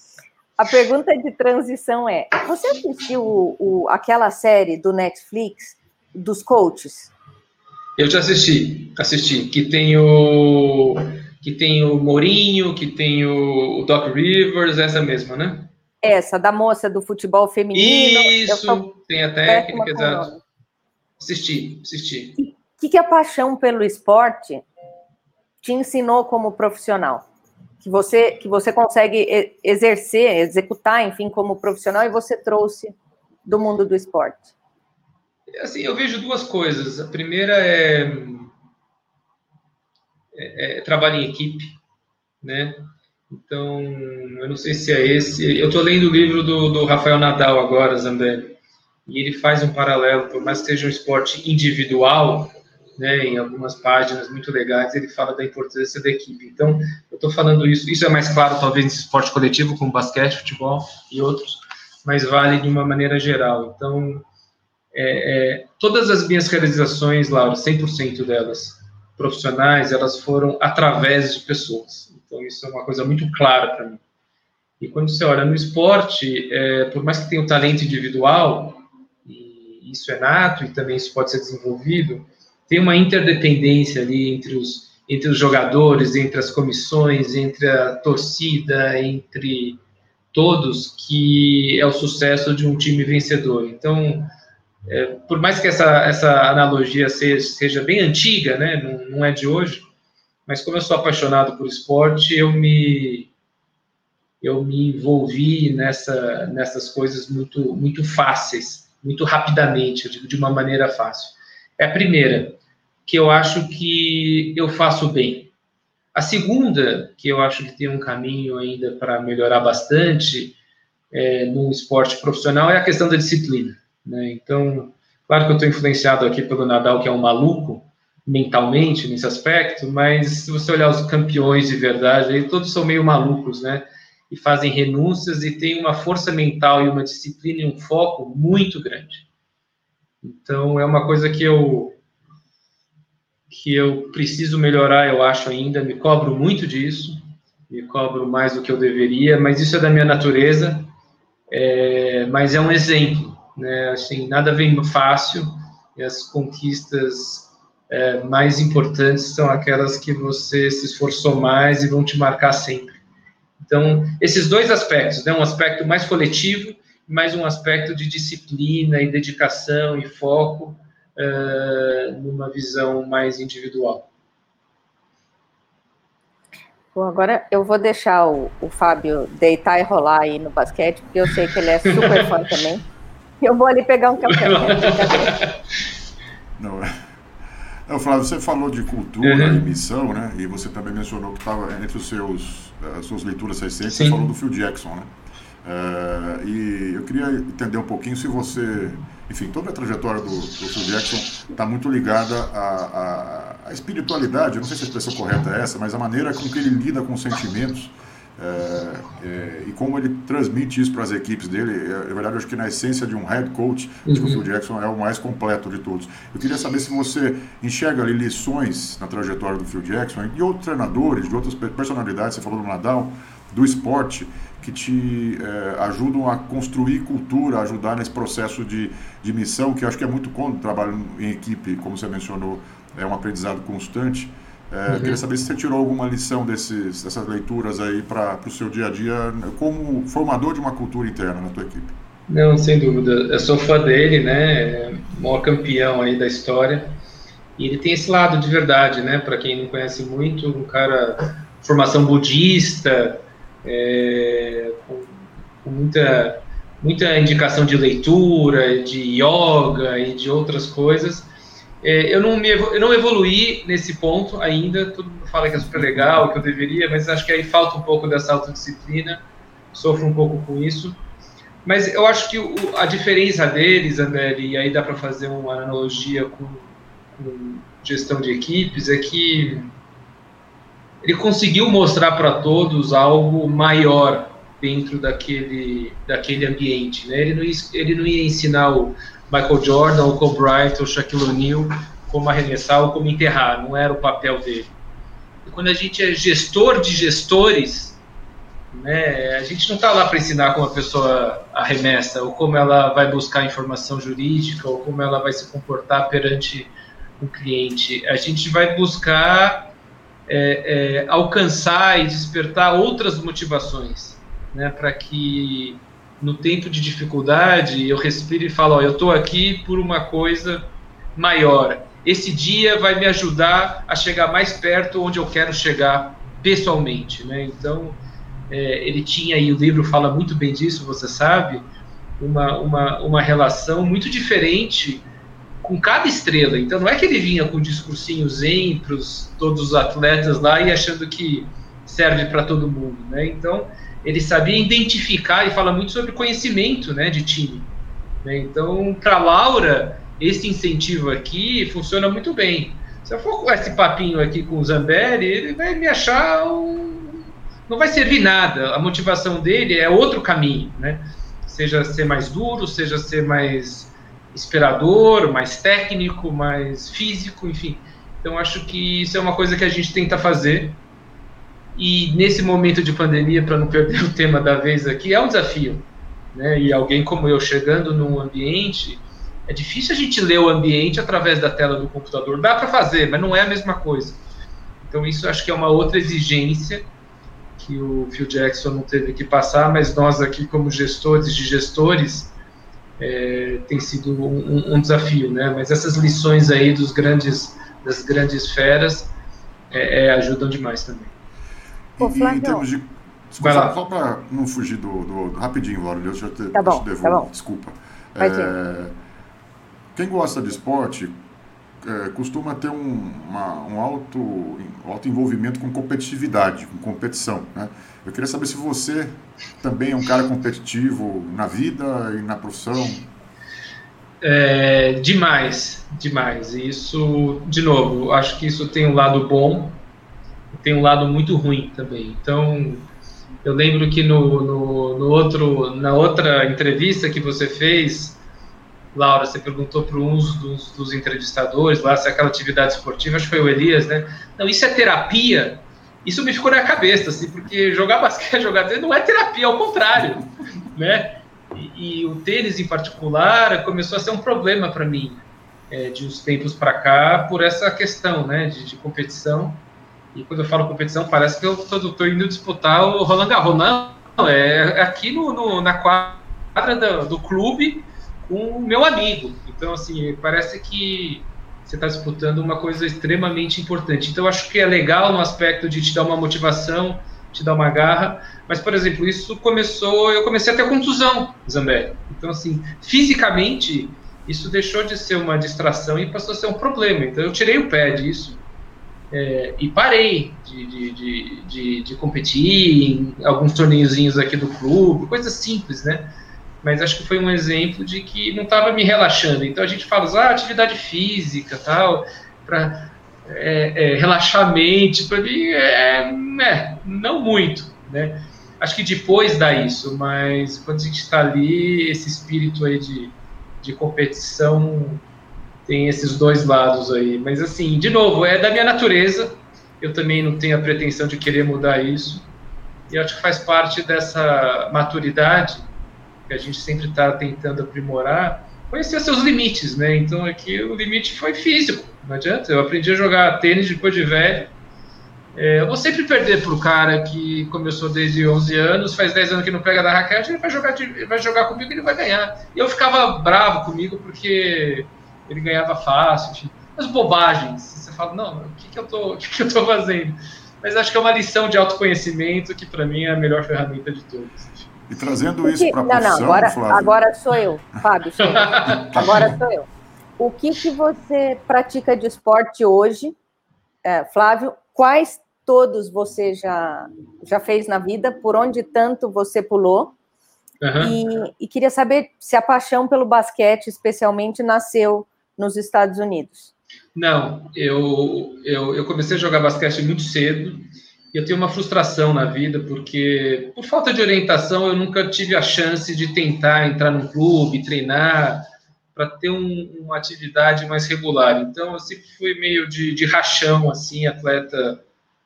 C: A pergunta de transição é, você assistiu o, o, aquela série do Netflix dos coaches?
A: Eu já assisti, assisti, que tem o que tem o Mourinho, que tem o, o Doc Rivers, essa mesma, né?
C: Essa, da moça do futebol feminino.
A: Isso, tem a técnica, exato. Assisti, assisti.
C: O que, que a paixão pelo esporte te ensinou como profissional? Que você, que você consegue exercer, executar, enfim, como profissional, e você trouxe do mundo do esporte?
A: Assim, eu vejo duas coisas. A primeira é, é, é trabalho em equipe, né? Então, eu não sei se é esse. Eu estou lendo o livro do, do Rafael Nadal agora, Zambelli, e ele faz um paralelo, por mais que seja um esporte individual, né, em algumas páginas muito legais, ele fala da importância da equipe. Então, eu estou falando isso, isso é mais claro, talvez, nesse esporte coletivo, como basquete, futebol e outros, mas vale de uma maneira geral. Então, é, é, todas as minhas realizações, Laura, cem por cento delas profissionais, elas foram através de pessoas. Então, isso é uma coisa muito clara para mim. E quando você olha no esporte, é, por mais que tenha o talento individual, e isso é nato e também isso pode ser desenvolvido, tem uma interdependência ali entre os, entre os jogadores, entre as comissões, entre a torcida, entre todos, que é o sucesso de um time vencedor. Então, é, por mais que essa, essa analogia seja, seja bem antiga, né, não, não é de hoje, mas como eu sou apaixonado por esporte, eu me, eu me envolvi nessa, nessas coisas muito, muito fáceis, muito rapidamente, eu digo de uma maneira fácil. É a primeira, que eu acho que eu faço bem. A segunda, que eu acho que tem um caminho ainda para melhorar bastante é, no esporte profissional, é a questão da disciplina, né? Então, claro que eu estou influenciado aqui pelo Nadal, que é um maluco, mentalmente, nesse aspecto, mas se você olhar os campeões de verdade, aí todos são meio malucos, né? E fazem renúncias e têm uma força mental e uma disciplina e um foco muito grande. Então, é uma coisa que eu, que eu preciso melhorar, eu acho ainda, me cobro muito disso, me cobro mais do que eu deveria, mas isso é da minha natureza, é, mas é um exemplo, né? Assim, nada vem fácil, e as conquistas é, mais importantes são aquelas que você se esforçou mais e vão te marcar sempre. Então, esses dois aspectos, né? Um aspecto mais coletivo, mais um aspecto de disciplina e dedicação e foco uh, numa visão mais individual.
C: Bom, agora eu vou deixar o, o Fábio deitar e rolar aí no basquete, porque eu sei que ele é super fã também. Eu vou ali pegar um café.
B: Não, não, Flávio, você falou de cultura uhum. e missão, né? E você também mencionou que estava entre os seus, as suas leituras recentes, Sim. você falou do Phil Jackson, né? Uh, e eu queria entender um pouquinho se você, enfim, toda a trajetória do, do Phil Jackson está muito ligada à, à, à espiritualidade, eu não sei se a expressão correta é essa, mas a maneira com que ele lida com os sentimentos é, é, e como ele transmite isso para as equipes dele. É, é verdade, eu acho que na essência de um head coach, uhum. acho que o Phil Jackson é o mais completo de todos. Eu queria saber se você enxerga ali lições na trajetória do Phil Jackson e outros treinadores, de outras personalidades, você falou do Nadal, do esporte, que te é, ajudam a construir cultura, a ajudar nesse processo de, de missão, que eu acho que é muito quando trabalho em equipe, como você mencionou, é um aprendizado constante. É, uhum. Queria saber se você tirou alguma lição desses, dessas leituras aí para o seu dia a dia, como formador de uma cultura interna na tua equipe.
A: Não, sem dúvida. Eu sou fã dele, né? É o maior campeão aí da história. E ele tem esse lado de verdade, né? Para quem não conhece muito, um cara, formação budista, É, com, com muita, muita indicação de leitura, de yoga e de outras coisas. É, eu, não me, eu não evoluí nesse ponto ainda, todo mundo fala que é super legal, que eu deveria, mas acho que aí falta um pouco dessa autodisciplina, sofro um pouco com isso. Mas eu acho que o, a diferença dele, Zambelli, e aí dá para fazer uma analogia com, com gestão de equipes, é que ele conseguiu mostrar para todos algo maior dentro daquele, daquele ambiente, né? Ele não, ia, ele não ia ensinar o Michael Jordan, o Kobe Bryant, o Shaquille O'Neal como arremessar ou como enterrar, não era o papel dele. E quando a gente é gestor de gestores, né, a gente não está lá para ensinar como a pessoa arremessa, ou como ela vai buscar informação jurídica, ou como ela vai se comportar perante um cliente. A gente vai buscar É, é, alcançar e despertar outras motivações, né, para que no tempo de dificuldade eu respire e falo, ó, eu estou aqui por uma coisa maior, esse dia vai me ajudar a chegar mais perto onde eu quero chegar pessoalmente, né? Então é, ele tinha, e o livro fala muito bem disso, você sabe, uma, uma, uma relação muito diferente com cada estrela. Então não é que ele vinha com um discursinho zen para todos os atletas lá e achando que serve para todo mundo, né? Então, ele sabia identificar e fala muito sobre conhecimento, né, de time. Né? Então, para a Laura, esse incentivo aqui funciona muito bem. Se eu for com esse papinho aqui com o Zambelli, ele vai me achar um... não vai servir nada. A motivação dele é outro caminho, né? Seja ser mais duro, seja ser mais inspirador, mais técnico, mais físico, enfim. Então, acho que isso é uma coisa que a gente tenta fazer. E nesse momento de pandemia, para não perder o tema da vez aqui, é um desafio. Né? E alguém como eu chegando num ambiente, é difícil a gente ler o ambiente através da tela do computador. Dá para fazer, mas não é a mesma coisa. Então, isso acho que é uma outra exigência que o Phil Jackson não teve que passar, mas nós aqui, como gestores de gestores, é, tem sido um, um desafio, né? Mas essas lições aí dos grandes, das grandes feras é, é, ajudam demais também.
B: E, e em termos de... Desculpa, só, só para não fugir do, do, do rapidinho, Laura, eu já te,
C: tá bom,
B: te devolvo,
C: tá bom.
B: Desculpa. É, quem gosta de esporte é, costuma ter um, uma, um alto, um alto envolvimento com competitividade, com competição, né? Eu queria saber se você também é um cara competitivo na vida e na profissão.
A: É, demais, demais. E isso, de novo, acho que isso tem um lado bom, tem um lado muito ruim também. Então, eu lembro que no, no, no outro, na outra entrevista que você fez, Laura, você perguntou para uns dos, dos entrevistadores lá se aquela atividade esportiva, acho que foi o Elias, né? Não, isso é terapia? Isso me ficou na cabeça, assim, porque jogar basquete, jogar tênis não é terapia, ao contrário, né? E, e o tênis, em particular, começou a ser um problema para mim, é, de uns tempos para cá, por essa questão, né, de, de competição. E quando eu falo competição, parece que eu estou indo disputar o Roland Garros. Não, é aqui no, no, na quadra do, do clube com o meu amigo. Então, assim, parece que você está disputando uma coisa extremamente importante. Então, eu acho que é legal no aspecto de te dar uma motivação, te dar uma garra. Mas, por exemplo, isso começou... Eu comecei a ter contusão, Zambelli. Então, assim, fisicamente, isso deixou de ser uma distração e passou a ser um problema. Então, eu tirei o pé disso. É, e parei de, de, de, de, de competir em alguns torneiozinhos aqui do clube, coisas simples, né? Mas acho que foi um exemplo de que não estava me relaxando. Então a gente fala, ah, atividade física, tal, para é, é, relaxar a mente, para mim é, é, não muito, né? Acho que depois dá isso, mas quando a gente está ali, esse espírito aí de, de competição tem esses dois lados aí. Mas, assim, de novo, é da minha natureza. Eu também não tenho a pretensão de querer mudar isso. E acho que faz parte dessa maturidade que a gente sempre está tentando aprimorar, conhecer seus limites, né? Então, aqui o limite foi físico. Não adianta. Eu aprendi a jogar tênis depois de velho. É, eu vou sempre perder para o cara que começou desde onze anos, faz dez anos que não pega da raquete, ele vai jogar, de, ele vai jogar comigo e ele vai ganhar. E eu ficava bravo comigo porque... ele ganhava fácil, enfim. As bobagens, você fala, não, o que, que, eu tô, o que, que eu tô fazendo? Mas acho que é uma lição de autoconhecimento que, para mim, é a melhor ferramenta de todas.
B: E trazendo isso para a profissão,
C: não, não, agora,
B: Flávio...
C: agora sou eu, Fábio, sou eu. Agora sou eu. O que, que você pratica de esporte hoje, é, Flávio? Quais todos você já, já fez na vida? Por onde tanto você pulou? Uhum. E, e queria saber se a paixão pelo basquete, especialmente, nasceu nos Estados Unidos.
A: Não, eu, eu, eu comecei a jogar basquete muito cedo e eu tenho uma frustração na vida porque, por falta de orientação, eu nunca tive a chance de tentar entrar num clube, treinar, para ter um, uma atividade mais regular. Então, eu sempre fui meio de, de rachão, assim, atleta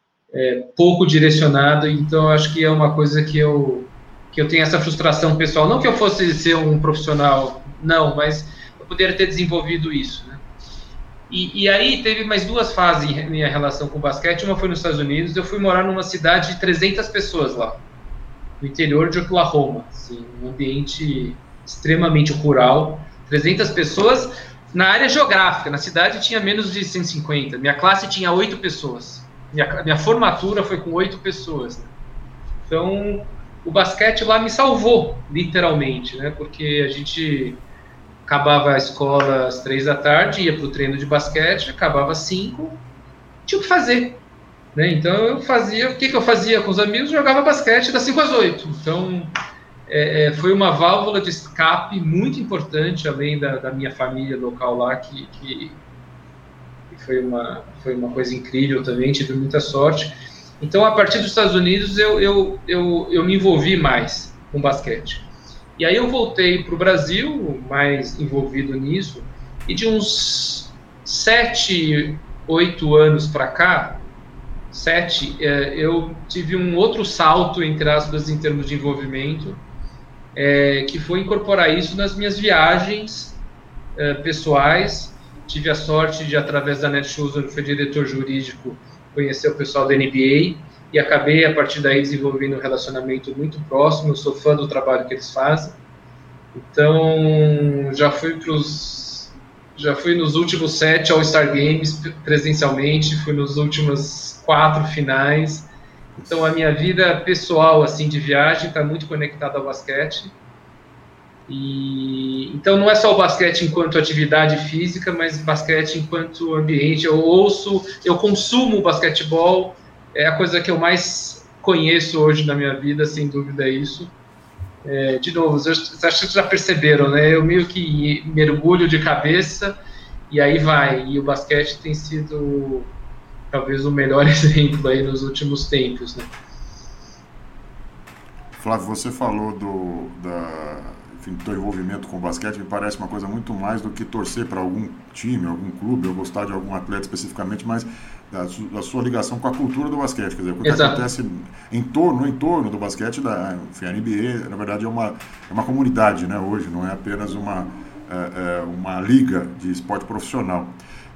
A: é, pouco direcionado. Então, eu acho que é uma coisa que eu... que eu tenho essa frustração pessoal, não que eu fosse ser um profissional, não, mas eu poderia ter desenvolvido isso, né? E, e aí teve mais duas fases em minha relação com o basquete, uma foi nos Estados Unidos, eu fui morar numa cidade de trezentas pessoas lá, no interior de Oklahoma, assim, um ambiente extremamente rural, trezentas pessoas na área geográfica, na cidade tinha menos de cento e cinquenta, minha classe tinha oito pessoas, minha, minha formatura foi com oito pessoas, né? Então... o basquete lá me salvou, literalmente, né? Porque a gente acabava a escola às três da tarde, ia para o treino de basquete, acabava às cinco, tinha o que fazer. Né? Então eu fazia, o que, que eu fazia com os amigos? Jogava basquete das cinco às oito. Então é, é, foi uma válvula de escape muito importante, além da, da minha família local lá, que, que, que foi, uma, foi uma coisa incrível também, tive muita sorte. Então, a partir dos Estados Unidos, eu, eu, eu, eu me envolvi mais com basquete. E aí eu voltei para o Brasil, mais envolvido nisso, e de uns sete, oito anos para cá, sete, eu tive um outro salto, entre aspas, em termos de envolvimento, é, que foi incorporar isso nas minhas viagens é, pessoais. Tive a sorte de, através da Netshoes, onde fui diretor jurídico, conhecer o pessoal da N B A, e acabei, a partir daí, desenvolvendo um relacionamento muito próximo. Eu sou fã do trabalho que eles fazem. Então, já fui pros, já fui nos últimos sete All-Star Games presencialmente, fui nos últimos quatro finais. Então, a minha vida pessoal, assim, de viagem, está muito conectada ao basquete. E, então, não é só o basquete enquanto atividade física, mas basquete enquanto ambiente. Eu ouço, eu consumo o basquetebol, é a coisa que eu mais conheço hoje na minha vida, sem dúvida é isso. É, de novo, vocês acho que já perceberam, né? Eu meio que mergulho de cabeça e aí vai. E o basquete tem sido talvez o melhor exemplo aí nos últimos tempos, né?
B: Flávio, você falou do, da, enfim, do teu envolvimento com o basquete, me parece uma coisa muito mais do que torcer para algum time, algum clube, ou gostar de algum atleta especificamente, mas da, da sua ligação com a cultura do basquete, quer dizer, o que
A: Exato.
B: acontece em torno, no entorno do basquete, da, enfim, a N B A, na verdade, é uma, é uma comunidade, né, hoje, não é apenas uma, é, é uma liga de esporte profissional.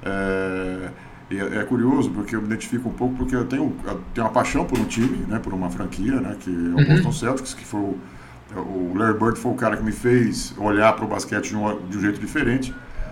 B: É, É, é curioso, porque eu me identifico um pouco, porque eu tenho, eu tenho uma paixão por um time, né, por uma franquia, né, que é o uhum. Boston Celtics, que foi o, o Larry Bird foi o cara que me fez olhar para o basquete de um, de um jeito diferente.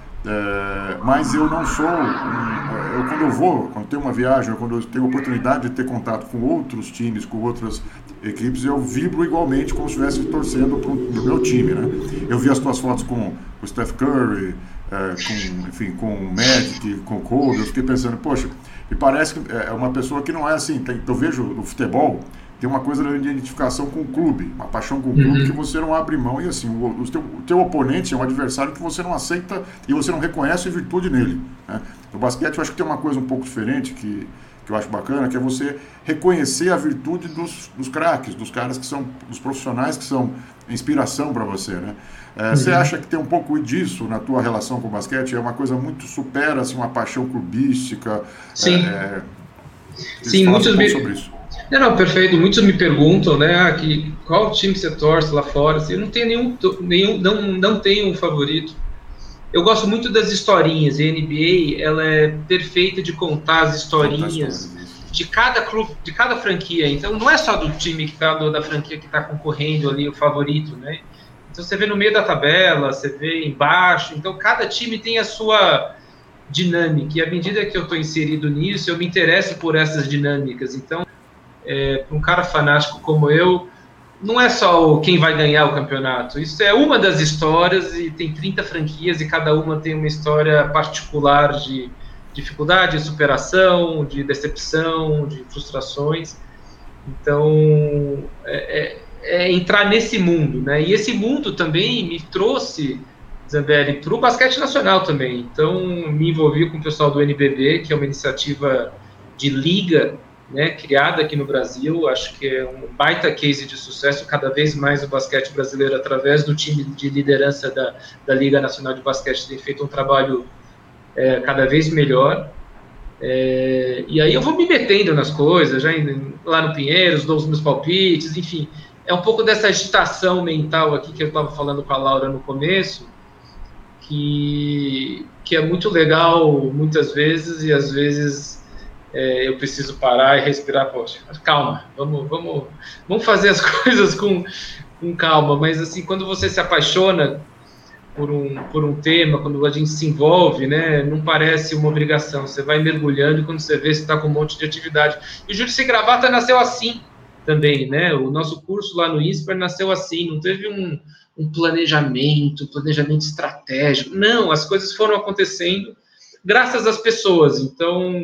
B: É, mas eu não sou, um, eu, quando eu vou, quando tenho uma viagem, quando eu tenho a oportunidade de ter contato com outros times, com outras equipes, eu vibro igualmente como se estivesse torcendo para o meu time, né. Eu vi as tuas fotos com o Steph Curry, É, com, enfim, com o Magic, com o Kobe, eu fiquei pensando, poxa, e parece que é uma pessoa que não é assim, tem, eu vejo no futebol, tem uma coisa de identificação com o clube, uma paixão com o clube uhum. que você não abre mão, e assim, o, o, teu, o teu oponente é um adversário que você não aceita e você não reconhece a virtude nele, né? No basquete eu acho que tem uma coisa um pouco diferente que, que eu acho bacana, que é você reconhecer a virtude dos, dos craques, dos caras que são, dos profissionais que são inspiração para você, né? É, uhum. Você acha que tem um pouco disso na tua relação com o basquete? É uma coisa muito, supera assim, uma paixão clubística?
A: Sim.
B: É,
A: Sim, muitos
B: um
A: me...
B: sobre isso.
A: Não, não, perfeito. Muitos me perguntam, né, ah, que, qual time você torce lá fora? Assim, eu não tenho nenhum, nenhum não, não tenho um favorito. Eu gosto muito das historinhas. A N B A, ela é perfeita de contar as historinhas de cada clube, de cada franquia. Então, não é só do time que tá, do, da franquia que está concorrendo ali, o favorito, né? Então, você vê no meio da tabela, você vê embaixo. Então, cada time tem a sua dinâmica. E à medida que eu estou inserido nisso, eu me interesso por essas dinâmicas. Então, é, para um cara fanático como eu, não é só o, quem vai ganhar o campeonato. Isso é uma das histórias e tem trinta franquias e cada uma tem uma história particular de dificuldade, de superação, de decepção, de frustrações. Então, é... é É entrar nesse mundo, né? E esse mundo também me trouxe, Zambelli, para o basquete nacional também. Então, me envolvi com o pessoal do N B B, que é uma iniciativa de liga, né, criada aqui no Brasil. Acho que é um baita case de sucesso. Cada vez mais o basquete brasileiro, através do time de liderança da, da Liga Nacional de Basquete, tem feito um trabalho é, cada vez melhor. É, e aí eu vou me metendo nas coisas, já indo lá no Pinheiros, dou os meus palpites, enfim. É um pouco dessa agitação mental aqui que eu estava falando com a Laura no começo, que, que é muito legal muitas vezes, e às vezes é, eu preciso parar e respirar. Poxa, calma, vamos, vamos, vamos fazer as coisas com, com calma. Mas assim, quando você se apaixona por um, por um tema, quando a gente se envolve, né, não parece uma obrigação. Você vai mergulhando e quando você vê, você está com um monte de atividade. E o Júlio Sem Gravata nasceu assim também, né? O nosso curso lá no INSPER nasceu assim, não teve um, um planejamento, um planejamento estratégico. Não, as coisas foram acontecendo graças às pessoas. Então,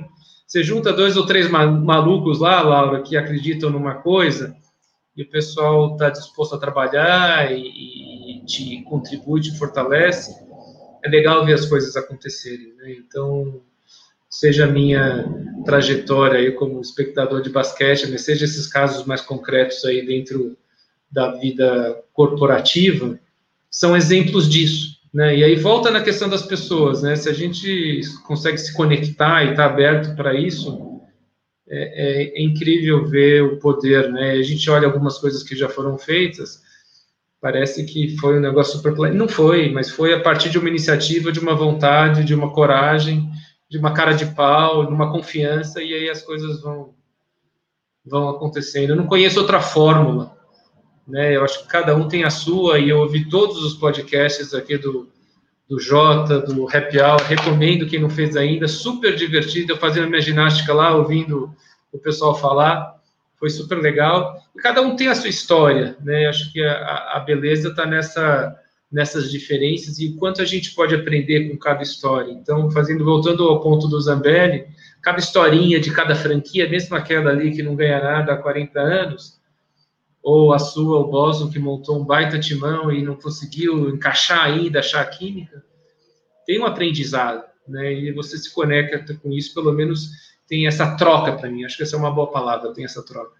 A: você junta dois ou três malucos lá, Laura, que acreditam numa coisa, e o pessoal está disposto a trabalhar e, e te contribui, te fortalece, é legal ver as coisas acontecerem, né? Então, seja a minha trajetória aí como espectador de basquete, mas seja esses casos mais concretos aí dentro da vida corporativa, são exemplos disso, né? E aí volta na questão das pessoas, né? Se a gente consegue se conectar e está aberto para isso, é, é, é incrível ver o poder, né? A gente olha algumas coisas que já foram feitas, parece que foi um negócio super... Não foi, mas foi a partir de uma iniciativa, de uma vontade, de uma coragem, de uma cara de pau, de uma confiança, e aí as coisas vão, vão acontecendo. Eu não conheço outra fórmula, né? Eu acho que cada um tem a sua, e eu ouvi todos os podcasts aqui do, do Jota, do Happy Hour, recomendo quem não fez ainda, super divertido, eu fazendo minha ginástica lá, ouvindo o pessoal falar, foi super legal, e cada um tem a sua história, né? Eu acho que a, a beleza está nessa, nessas diferenças, e o quanto a gente pode aprender com cada história. Então, fazendo, voltando ao ponto do Zambelli, cada historinha de cada franquia, mesmo aquela ali que não ganha nada há quarenta anos, ou a sua, o Boston, que montou um baita timão e não conseguiu encaixar ainda, achar a química, tem um aprendizado, né? E você se conecta com isso, pelo menos tem essa troca para mim. Acho que essa é uma boa palavra, tem essa troca.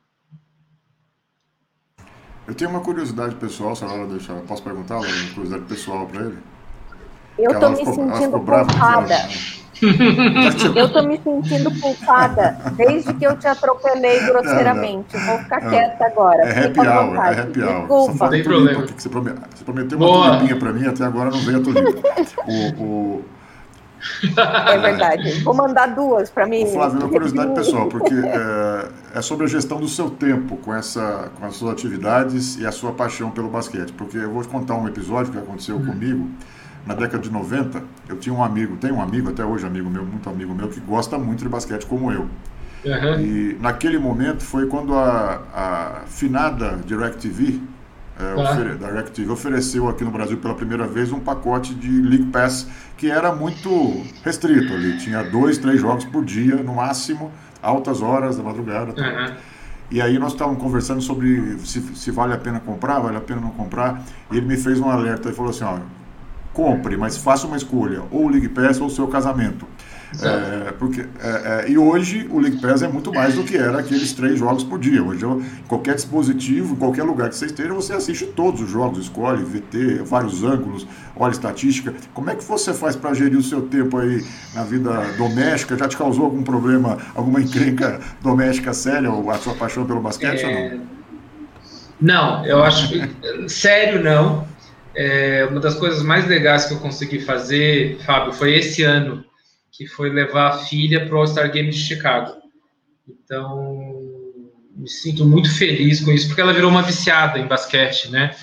B: Eu tenho uma curiosidade pessoal, se a Laura deixar, posso perguntar uma curiosidade pessoal para ele?
C: Eu estou me ficou, sentindo culpada. Eu estou me sentindo culpada desde que eu te atropelei grosseiramente. Não, não. Vou ficar não. quieta agora.
B: É happy hour, é happy hour.
C: Desculpa.
B: Não tem problema. Você prometeu, você prometeu uma tulipinha para mim, até agora não veio a tulipa. o, o...
C: É verdade. Vou mandar duas para mim.
B: Flávio, uma curiosidade pessoal, porque é, é sobre a gestão do seu tempo com, essa, com as suas atividades e a sua paixão pelo basquete. Porque eu vou te contar um episódio que aconteceu hum. comigo. Na década de noventa, eu tinha um amigo, tenho um amigo, até hoje amigo meu, muito amigo meu, que gosta muito de basquete como eu. Uhum. E naquele momento foi quando a, a finada DirecTV, é, ah. ofere, DirecTV ofereceu aqui no Brasil pela primeira vez um pacote de League Pass que era muito restrito ali. Tinha dois, três jogos por dia, no máximo, altas horas da madrugada. Uhum. E aí nós estávamos conversando sobre se, se vale a pena comprar, vale a pena não comprar. E ele me fez um alerta e falou assim, ó, compre, mas faça uma escolha, ou o League Pass ou o seu casamento. É, porque, é, é, e hoje o League Pass é muito mais do que era aqueles três jogos por dia. Hoje, eu, qualquer dispositivo, qualquer lugar que você esteja, você assiste todos os jogos, escolhe, V T, vários ângulos, olha estatística. Como é que você faz para gerir o seu tempo aí na vida doméstica? Já te causou algum problema, alguma encrenca doméstica séria, ou a sua paixão pelo basquete é... ou não?
A: Não, eu acho que, sério não. É, uma das coisas mais legais que eu consegui fazer, Fábio, foi esse ano, que foi levar a filha para o All-Star Game de Chicago. Então, me sinto muito feliz com isso, porque ela virou uma viciada em basquete, né?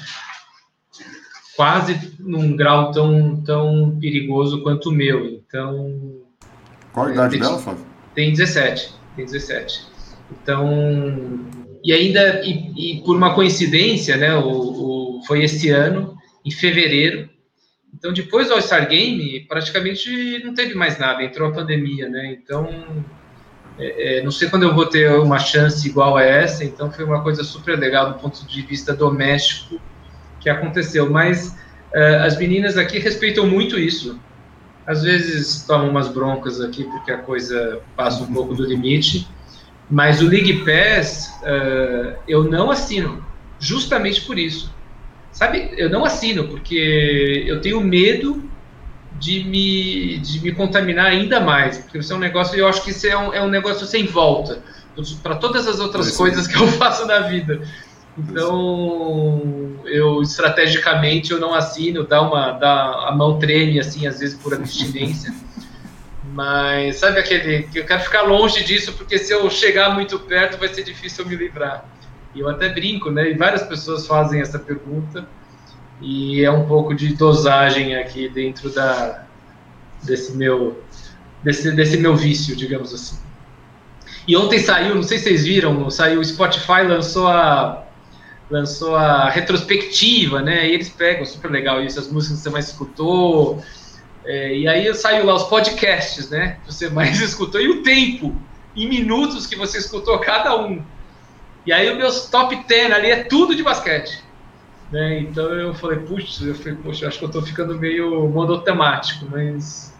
A: Quase num grau tão, tão perigoso quanto o meu. Então...
B: Qual a idade é, tem, dela, Fábio?
A: Tem dezessete. Tem dezessete. Então... E ainda, e, e por uma coincidência, né, o, o, foi esse ano, em fevereiro. Então, depois do All-Star Game, praticamente não teve mais nada, entrou a pandemia, né? Então, é, é, não sei quando eu vou ter uma chance igual a essa, então foi uma coisa super legal do ponto de vista doméstico que aconteceu. Mas uh, as meninas aqui respeitam muito isso. Às vezes tomam umas broncas aqui porque a coisa passa um pouco do limite, mas o League Pass uh, eu não assino, justamente por isso. Sabe, eu não assino, porque eu tenho medo de me, de me contaminar ainda mais, porque isso é um negócio, eu acho que isso é um, é um negócio sem volta, para todas as outras coisas que eu faço na vida. Então, eu, estrategicamente, eu não assino, dá uma, dá, a mão treme, assim, às vezes, por abstinência. Mas, sabe aquele, que eu quero ficar longe disso, porque se eu chegar muito perto, vai ser difícil eu me livrar. E eu até brinco, né? E várias pessoas fazem essa pergunta. E é um pouco de dosagem aqui dentro da, desse, meu, desse, desse meu vício, digamos assim. E ontem saiu, não sei se vocês viram, saiu o Spotify, lançou a, lançou a retrospectiva, né? E eles pegam, super legal isso, as músicas que você mais escutou. É, e aí saiu lá os podcasts, né? Que você mais escutou. E o tempo em minutos que você escutou cada um. E aí os meus top dez ali é tudo de basquete. Né? Então eu falei, puxa, eu falei, puxa, acho que eu estou ficando meio monotemático, mas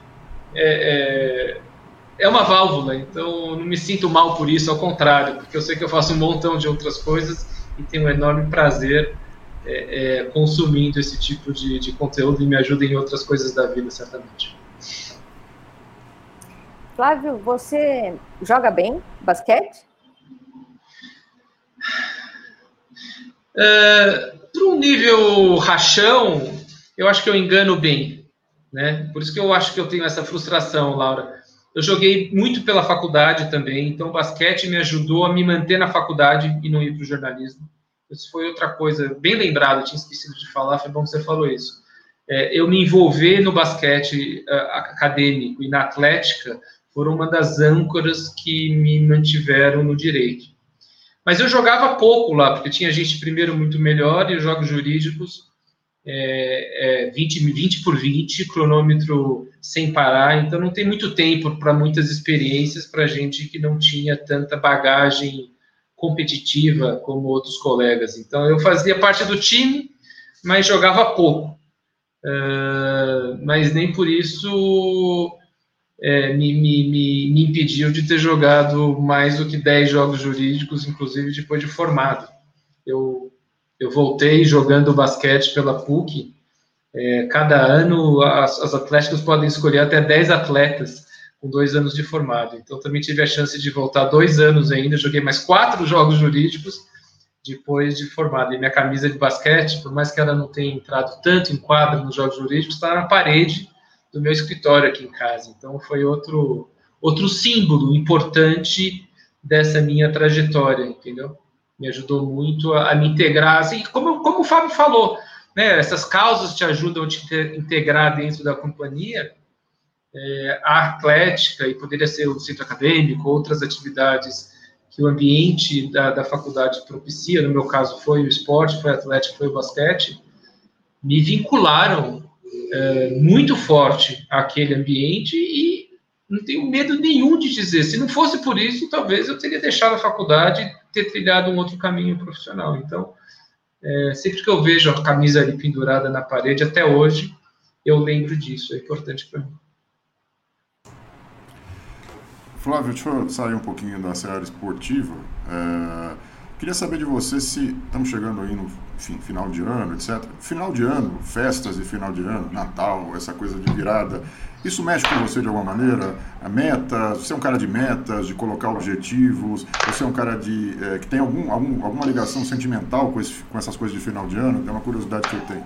A: é, é, é uma válvula, então eu não me sinto mal por isso, ao contrário, porque eu sei que eu faço um montão de outras coisas e tenho um enorme prazer é, é, consumindo esse tipo de, de conteúdo e me ajuda em outras coisas da vida, certamente.
C: Flávio, você joga bem basquete?
A: Uh, para um nível rachão, eu acho que eu engano bem, né? Por isso que eu acho que eu tenho essa frustração, Laura. Eu joguei muito pela faculdade também, então o basquete me ajudou a me manter na faculdade e não ir para o jornalismo. Isso foi outra coisa, bem lembrado, eu tinha esquecido de falar, foi bom que você falou isso. É, eu me envolver no basquete uh, acadêmico e na atlética foram uma das âncoras que me mantiveram no direito. Mas eu jogava pouco lá, porque tinha gente primeiro muito melhor e os jogos jurídicos é, é, vinte, vinte por vinte, cronômetro sem parar, então não tem muito tempo para muitas experiências para gente que não tinha tanta bagagem competitiva como outros colegas. Então eu fazia parte do time, mas jogava pouco. Uh, mas nem por isso... É, me, me, me, me impediu de ter jogado mais do que dez jogos jurídicos, inclusive depois de formado. Eu, eu voltei jogando basquete pela P U C. É, cada ano, as, as atléticas podem escolher até dez atletas com dois anos de formado. Então, também tive a chance de voltar dois anos ainda. Joguei mais quatro jogos jurídicos depois de formado. E minha camisa de basquete, por mais que ela não tenha entrado tanto em quadra nos jogos jurídicos, está na parede do meu escritório aqui em casa. Então, foi outro, outro símbolo importante dessa minha trajetória, entendeu? Me ajudou muito a, a me integrar. Assim, como, como o Fábio falou, né, essas causas te ajudam a te integrar dentro da companhia. É, a atlética, e poderia ser o centro acadêmico, outras atividades que o ambiente da, da faculdade propicia, no meu caso foi o esporte, foi a atlética, foi o basquete, me vincularam É, muito forte aquele ambiente e não tenho medo nenhum de dizer, se não fosse por isso, talvez eu teria deixado a faculdade e ter trilhado um outro caminho profissional. Então, é, sempre que eu vejo a camisa ali pendurada na parede, até hoje, eu lembro disso, é importante para mim.
B: Flávio, deixa eu sair um pouquinho da área esportiva. É... Queria saber de você se estamos chegando aí no enfim, final de ano, etcétera. Final de ano, festas de final de ano, Natal, essa coisa de virada, isso mexe com você de alguma maneira? A meta, você é um cara de metas, de colocar objetivos, você é um cara de, é, que tem algum, algum, alguma ligação sentimental com, esse, com essas coisas de final de ano? É uma curiosidade que eu tenho.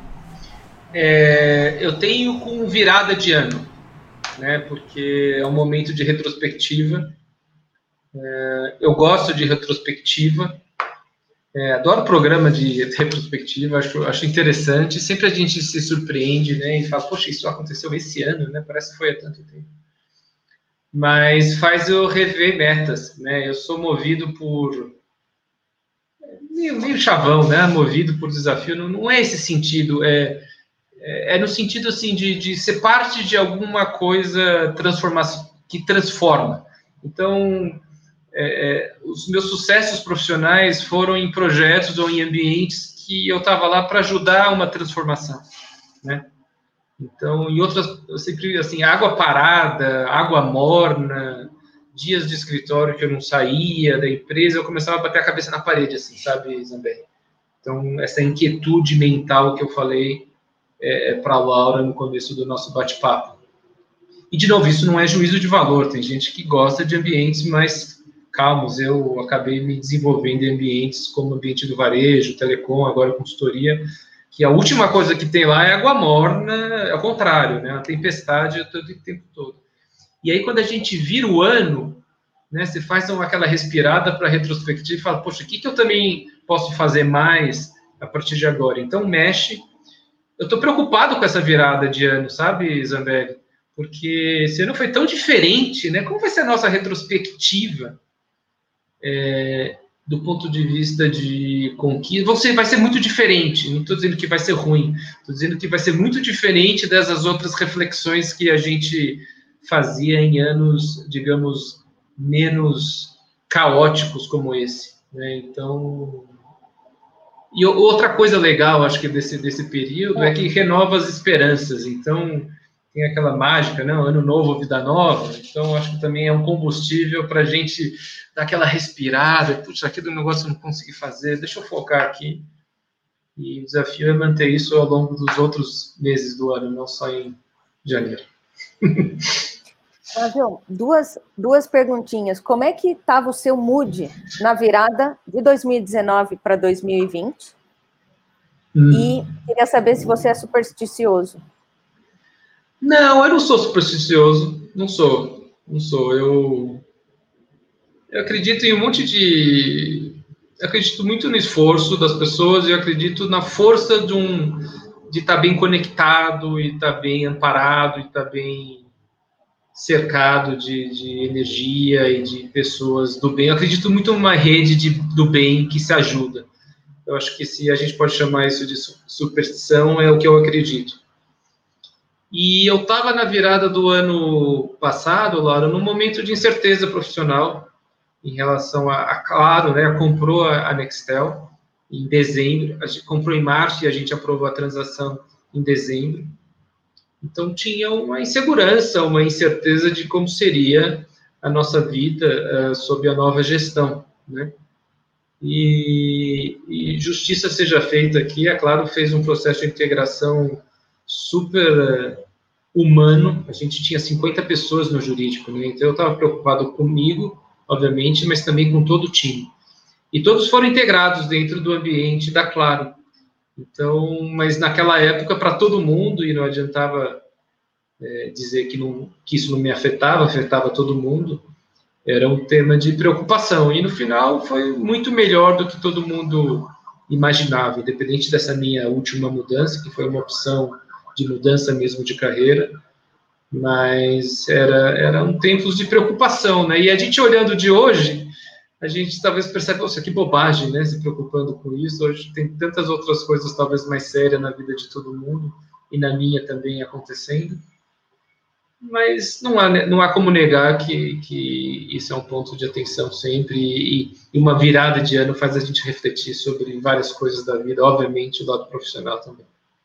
A: É, eu tenho com virada de ano, né, porque é um momento de retrospectiva. É, eu gosto de retrospectiva. É, adoro programa de retrospectiva, acho, acho interessante. Sempre a gente se surpreende, né, e fala, poxa, isso aconteceu esse ano, né? Parece que foi há tanto tempo. Mas faz eu rever metas, né? Eu sou movido por... Meio, meio chavão, né? Movido por desafio. Não, não é esse sentido, é, é, é no sentido, assim, de, de ser parte de alguma coisa transforma que transforma. Então... É, os meus sucessos profissionais foram em projetos ou em ambientes que eu estava lá para ajudar uma transformação, né? Então, em outras, eu sempre, assim, água parada, água morna, dias de escritório que eu não saía da empresa, eu começava a bater a cabeça na parede, assim, sabe, Zambelli? Então, essa inquietude mental que eu falei é, para a Laura no começo do nosso bate-papo. E, de novo, isso não é juízo de valor, tem gente que gosta de ambientes mais calmos. Eu acabei me desenvolvendo em ambientes como o ambiente do varejo, telecom, agora consultoria, que a última coisa que tem lá é água morna, é o contrário, né? A tempestade todo o tempo todo. E aí, quando a gente vira o ano, né, você faz uma, aquela respirada para retrospectiva e fala, poxa, o que, que eu também posso fazer mais a partir de agora? Então, mexe. Eu estou preocupado com essa virada de ano, sabe, Zambelli? Porque esse ano foi tão diferente, né? Como vai ser a nossa retrospectiva? É, do ponto de vista de conquista, você vai ser muito diferente. Não estou dizendo que vai ser ruim, estou dizendo que vai ser muito diferente dessas outras reflexões que a gente fazia em anos, digamos, menos caóticos como esse, né? Então, e outra coisa legal, acho que desse, desse período é que renova as esperanças. Então, tem aquela mágica, né? Ano novo, vida nova. Então, acho que também é um combustível para a gente dar aquela respirada. Puxa, aquele negócio eu não consegui fazer, deixa eu focar aqui. E o desafio é manter isso ao longo dos outros meses do ano, não só em janeiro.
C: Flávio, duas, duas perguntinhas. Como é que estava o seu mood na virada de dois mil e dezenove para dois mil e vinte? Hum. E queria saber se você é supersticioso.
A: Não, eu não sou supersticioso. Não sou. Não sou. Eu, eu acredito em um monte de... Eu acredito muito no esforço das pessoas e eu acredito na força de um de estar bem conectado e estar bem amparado e estar bem cercado de, de energia e de pessoas do bem. Eu acredito muito numa rede de, do bem que se ajuda. Eu acho que se a gente pode chamar isso de superstição, é o que eu acredito. E eu estava na virada do ano passado, Laura, num momento de incerteza profissional em relação a, a Claro, né, comprou a, a Nextel em dezembro, a gente comprou em março e a gente aprovou a transação em dezembro. Então, tinha uma insegurança, uma incerteza de como seria a nossa vida uh, sob a nova gestão, né? E, e justiça seja feita aqui, a Claro fez um processo de integração super uh, humano. A gente tinha cinquenta pessoas no jurídico, né? Então eu estava preocupado comigo, obviamente, mas também com todo o time. E todos foram integrados dentro do ambiente da Claro. Então, mas naquela época, para todo mundo, e não adiantava é, dizer que, não, que isso não me afetava, afetava todo mundo, era um tema de preocupação. E no final foi muito melhor do que todo mundo imaginava, independente dessa minha última mudança, que foi uma opção de mudança mesmo de carreira, mas era, eram tempos de preocupação, né? E a gente olhando de hoje, a gente talvez percebe, nossa, que bobagem, né, se preocupando com isso. Hoje tem tantas outras coisas talvez mais sérias na vida de todo mundo, e na minha também acontecendo, mas não há, não há como negar que, que isso é um ponto de atenção sempre, e, e uma virada de ano faz a gente refletir sobre várias coisas da vida, obviamente o lado profissional também.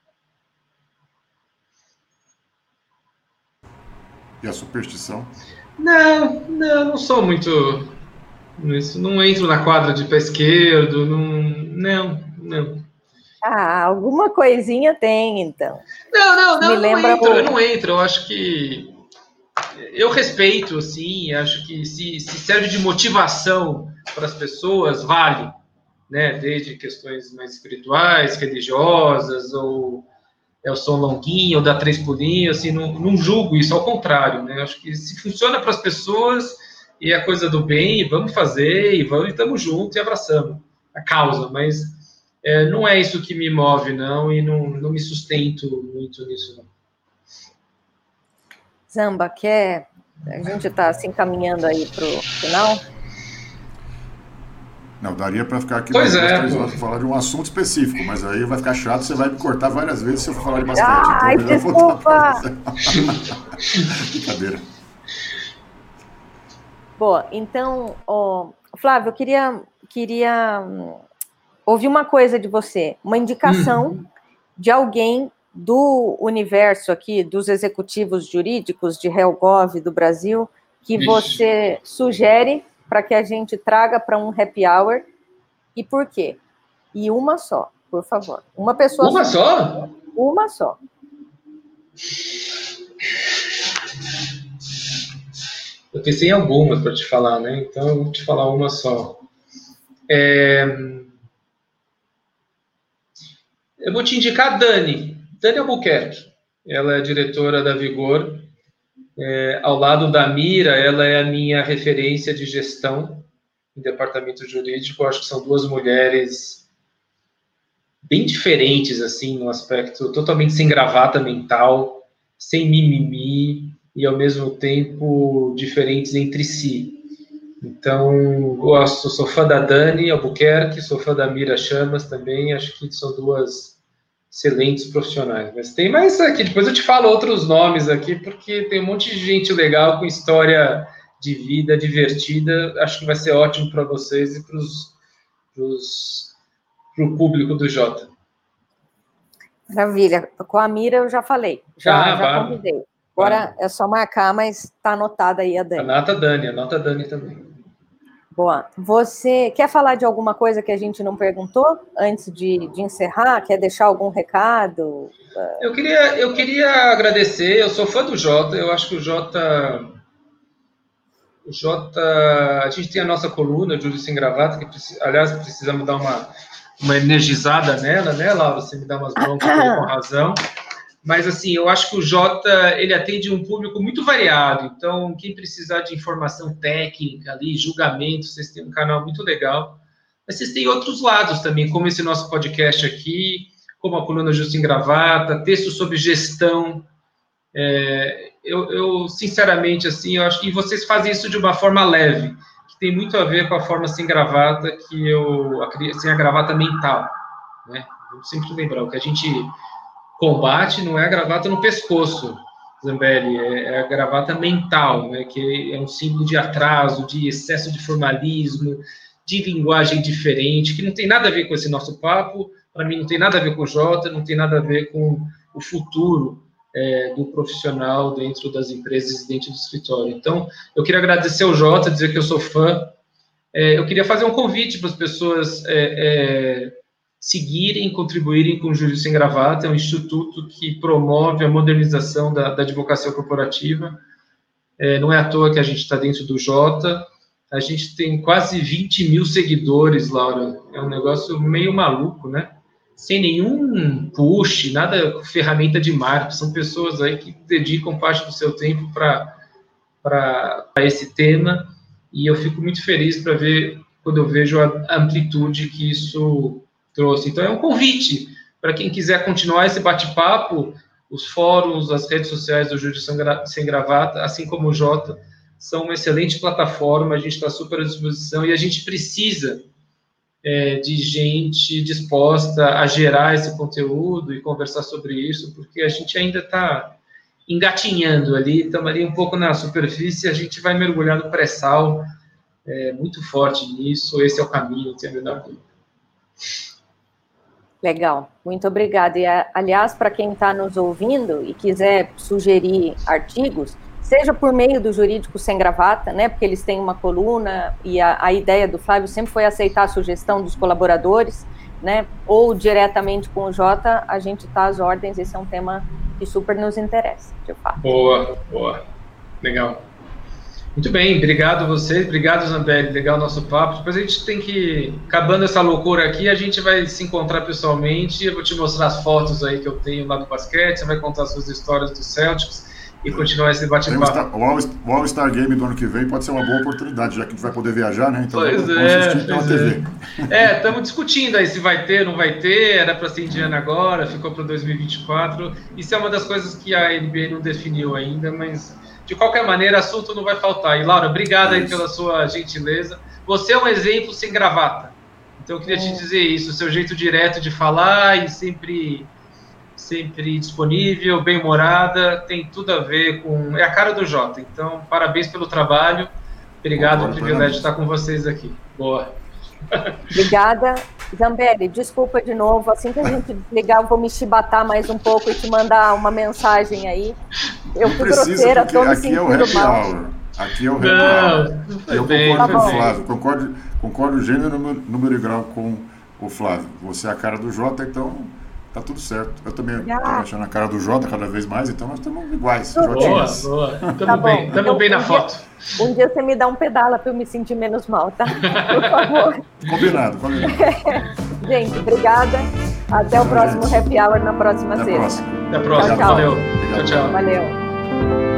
B: E a superstição?
A: Não, não, não sou muito... Isso, não entro na quadra de pé esquerdo, não, não, não.
C: Ah, alguma coisinha tem, então.
A: Não, não, não,
C: Me
A: não
C: lembra
A: entro,
C: o...
A: eu não entro, eu acho que... Eu respeito, assim, acho que se, se serve de motivação para as pessoas, vale, né? Desde questões mais espirituais, religiosas, ou é o som longuinho, ou dá três pulinhos, assim, não, não julgo isso, ao contrário, né? Acho que se funciona para as pessoas... e a coisa do bem, vamos fazer, e vamos, e estamos juntos e abraçamos a causa, mas é, não é isso que me move, não, e não, não me sustento muito nisso, não.
C: Zamba, quer... A gente está se encaminhando aí para o final?
B: Não, daria para ficar aqui
A: pois
B: mais
A: é,
B: três horas para falar de um assunto específico, mas aí vai ficar chato, você vai me cortar várias vezes se eu for falar de basquete.
C: Ai,
B: então,
C: desculpa!
B: Brincadeira.
C: Boa, então, oh, Flávio, eu queria, queria um, ouvir uma coisa de você, uma indicação hum. de alguém do universo aqui, dos executivos jurídicos de HellGov do Brasil, que Ixi. você sugere para que a gente traga para um happy hour, e por quê? E uma só, por favor. Uma pessoa
A: Uma só? só?
C: Uma só.
A: Eu pensei em algumas para te falar, né? Então eu vou te falar uma só. É... Eu vou te indicar a Dani, Dani Albuquerque. Ela é diretora da Vigor. É, ao lado da Mira, ela é a minha referência de gestão em departamento jurídico. Eu acho que são duas mulheres bem diferentes, assim, no aspecto totalmente sem gravata mental, sem mimimi, e ao mesmo tempo diferentes entre si. Então, gosto, sou fã da Dani Albuquerque, sou fã da Mira Chamas também, acho que são duas excelentes profissionais. Mas tem mais aqui, depois eu te falo outros nomes aqui, porque tem um monte de gente legal com história de vida divertida. Acho que vai ser ótimo para vocês e para o público do Jota.
C: Maravilha. Com a Mira eu já falei, já,
A: ah,
C: já convidei. Agora é só marcar, mas está anotada aí a Dani.
A: Anota a Dani, anota a Dani também.
C: Boa. Você quer falar de alguma coisa que a gente não perguntou antes de, de encerrar? Quer deixar algum recado?
A: Eu queria, eu queria agradecer, eu sou fã do Jota, eu acho que o Jota... O Jota... A gente tem a nossa coluna, Júlio Sem Gravata, que, aliás, precisamos dar uma, uma energizada nela, né, Laura? Você me dá umas broncas com razão. Mas, assim, eu acho que o Jota, ele atende um público muito variado. Então, quem precisar de informação técnica ali, julgamento, vocês têm um canal muito legal. Mas vocês têm outros lados também, como esse nosso podcast aqui, como a coluna Justo em Gravata, texto sobre gestão. É, eu, eu, sinceramente, assim, eu acho que vocês fazem isso de uma forma leve, que tem muito a ver com a forma sem gravata, que eu, sem a gravata mental, né? Eu sempre lembrar, o que a gente... combate não é a gravata no pescoço, Zambelli, é a gravata mental, né, que é um símbolo de atraso, de excesso de formalismo, de linguagem diferente, que não tem nada a ver com esse nosso papo, para mim não tem nada a ver com o Jota, não tem nada a ver com o futuro é, do profissional dentro das empresas, dentro do escritório. Então, eu queria agradecer ao Jota, dizer que eu sou fã, é, eu queria fazer um convite para as pessoas... É, é, seguirem, contribuírem com o Júlio Sem Gravata, é um instituto que promove a modernização da, da advocacia corporativa. É, não é à toa que a gente está dentro do Jota. A gente tem quase vinte mil seguidores, Laura. É um negócio meio maluco, né? Sem nenhum push, nada ferramenta de marketing. São pessoas aí que dedicam parte do seu tempo para esse tema. E eu fico muito feliz para ver, quando eu vejo a amplitude que isso trouxe. Então, é um convite para quem quiser continuar esse bate-papo. Os fóruns, as redes sociais do Júlio Sem Gravata, assim como o Jota, são uma excelente plataforma, a gente está super à disposição e a gente precisa é, de gente disposta a gerar esse conteúdo e conversar sobre isso, porque a gente ainda está engatinhando ali, estamos ali um pouco na superfície, a gente vai mergulhar no pré-sal, é, muito forte nisso, esse é o caminho, entendeu?
C: Legal, muito obrigada. E, aliás, para quem está nos ouvindo e quiser sugerir artigos, seja por meio do Jurídico Sem Gravata, né, porque eles têm uma coluna e a, a ideia do Flávio sempre foi aceitar a sugestão dos colaboradores, né, ou diretamente com o Jota, a gente está às ordens, esse é um tema que super nos interessa, de fato.
A: Boa, boa, legal. Muito bem, obrigado a vocês, obrigado Zambelli, legal o nosso papo. Depois a gente tem que, acabando essa loucura aqui, a gente vai se encontrar pessoalmente, eu vou te mostrar as fotos aí que eu tenho lá do basquete, você vai contar suas histórias do Celtics e continuar esse bate-papo.
B: O All-Star Game do ano que vem pode ser uma boa oportunidade, já que a gente vai poder viajar, né? Então
A: pois
B: vamos
A: é,
B: assistir pela T V.
A: É, estamos discutindo aí se vai ter, não vai ter, era para ser indiano agora, ficou para dois mil e vinte e quatro. Isso é uma das coisas que a N B A não definiu ainda, mas... de qualquer maneira, assunto não vai faltar. E, Laura, obrigado aí pela sua gentileza. Você é um exemplo sem gravata. Então, eu queria te dizer isso. O seu jeito direto de falar e sempre, sempre disponível, bem-humorada, tem tudo a ver com... é a cara do Jota. Então, parabéns pelo trabalho. Obrigado, é um privilégio estar com vocês aqui. Boa.
C: Obrigada. Zambelli, desculpa de novo. Assim que a gente desligar, eu vou me chibatar mais um pouco e te mandar uma mensagem aí. Eu fui grosseira, estou me sentindo mal.
B: Hour. Aqui é o happy hour. Eu
A: bem,
B: concordo
A: tá
B: com o Flávio. Concordo, concordo gênero, número e grau com o Flávio. Você é a cara do Jota, então tá tudo certo. Eu também estou achando a cara do Jota cada vez mais, então nós estamos iguais.
A: Boa, boa. Estamos tá bem, estamos então, bem na um foto.
C: Dia, um dia você me dá um pedala para eu me sentir menos mal, tá? Por favor.
B: Combinado, combinado.
C: Gente, obrigada. Até o próximo Happy Hour na próxima
B: Até
C: sexta.
B: Próxima.
A: Até a próxima.
C: Tchau, tchau.
A: Valeu.
B: Obrigado.
A: Tchau, tchau.
C: Valeu.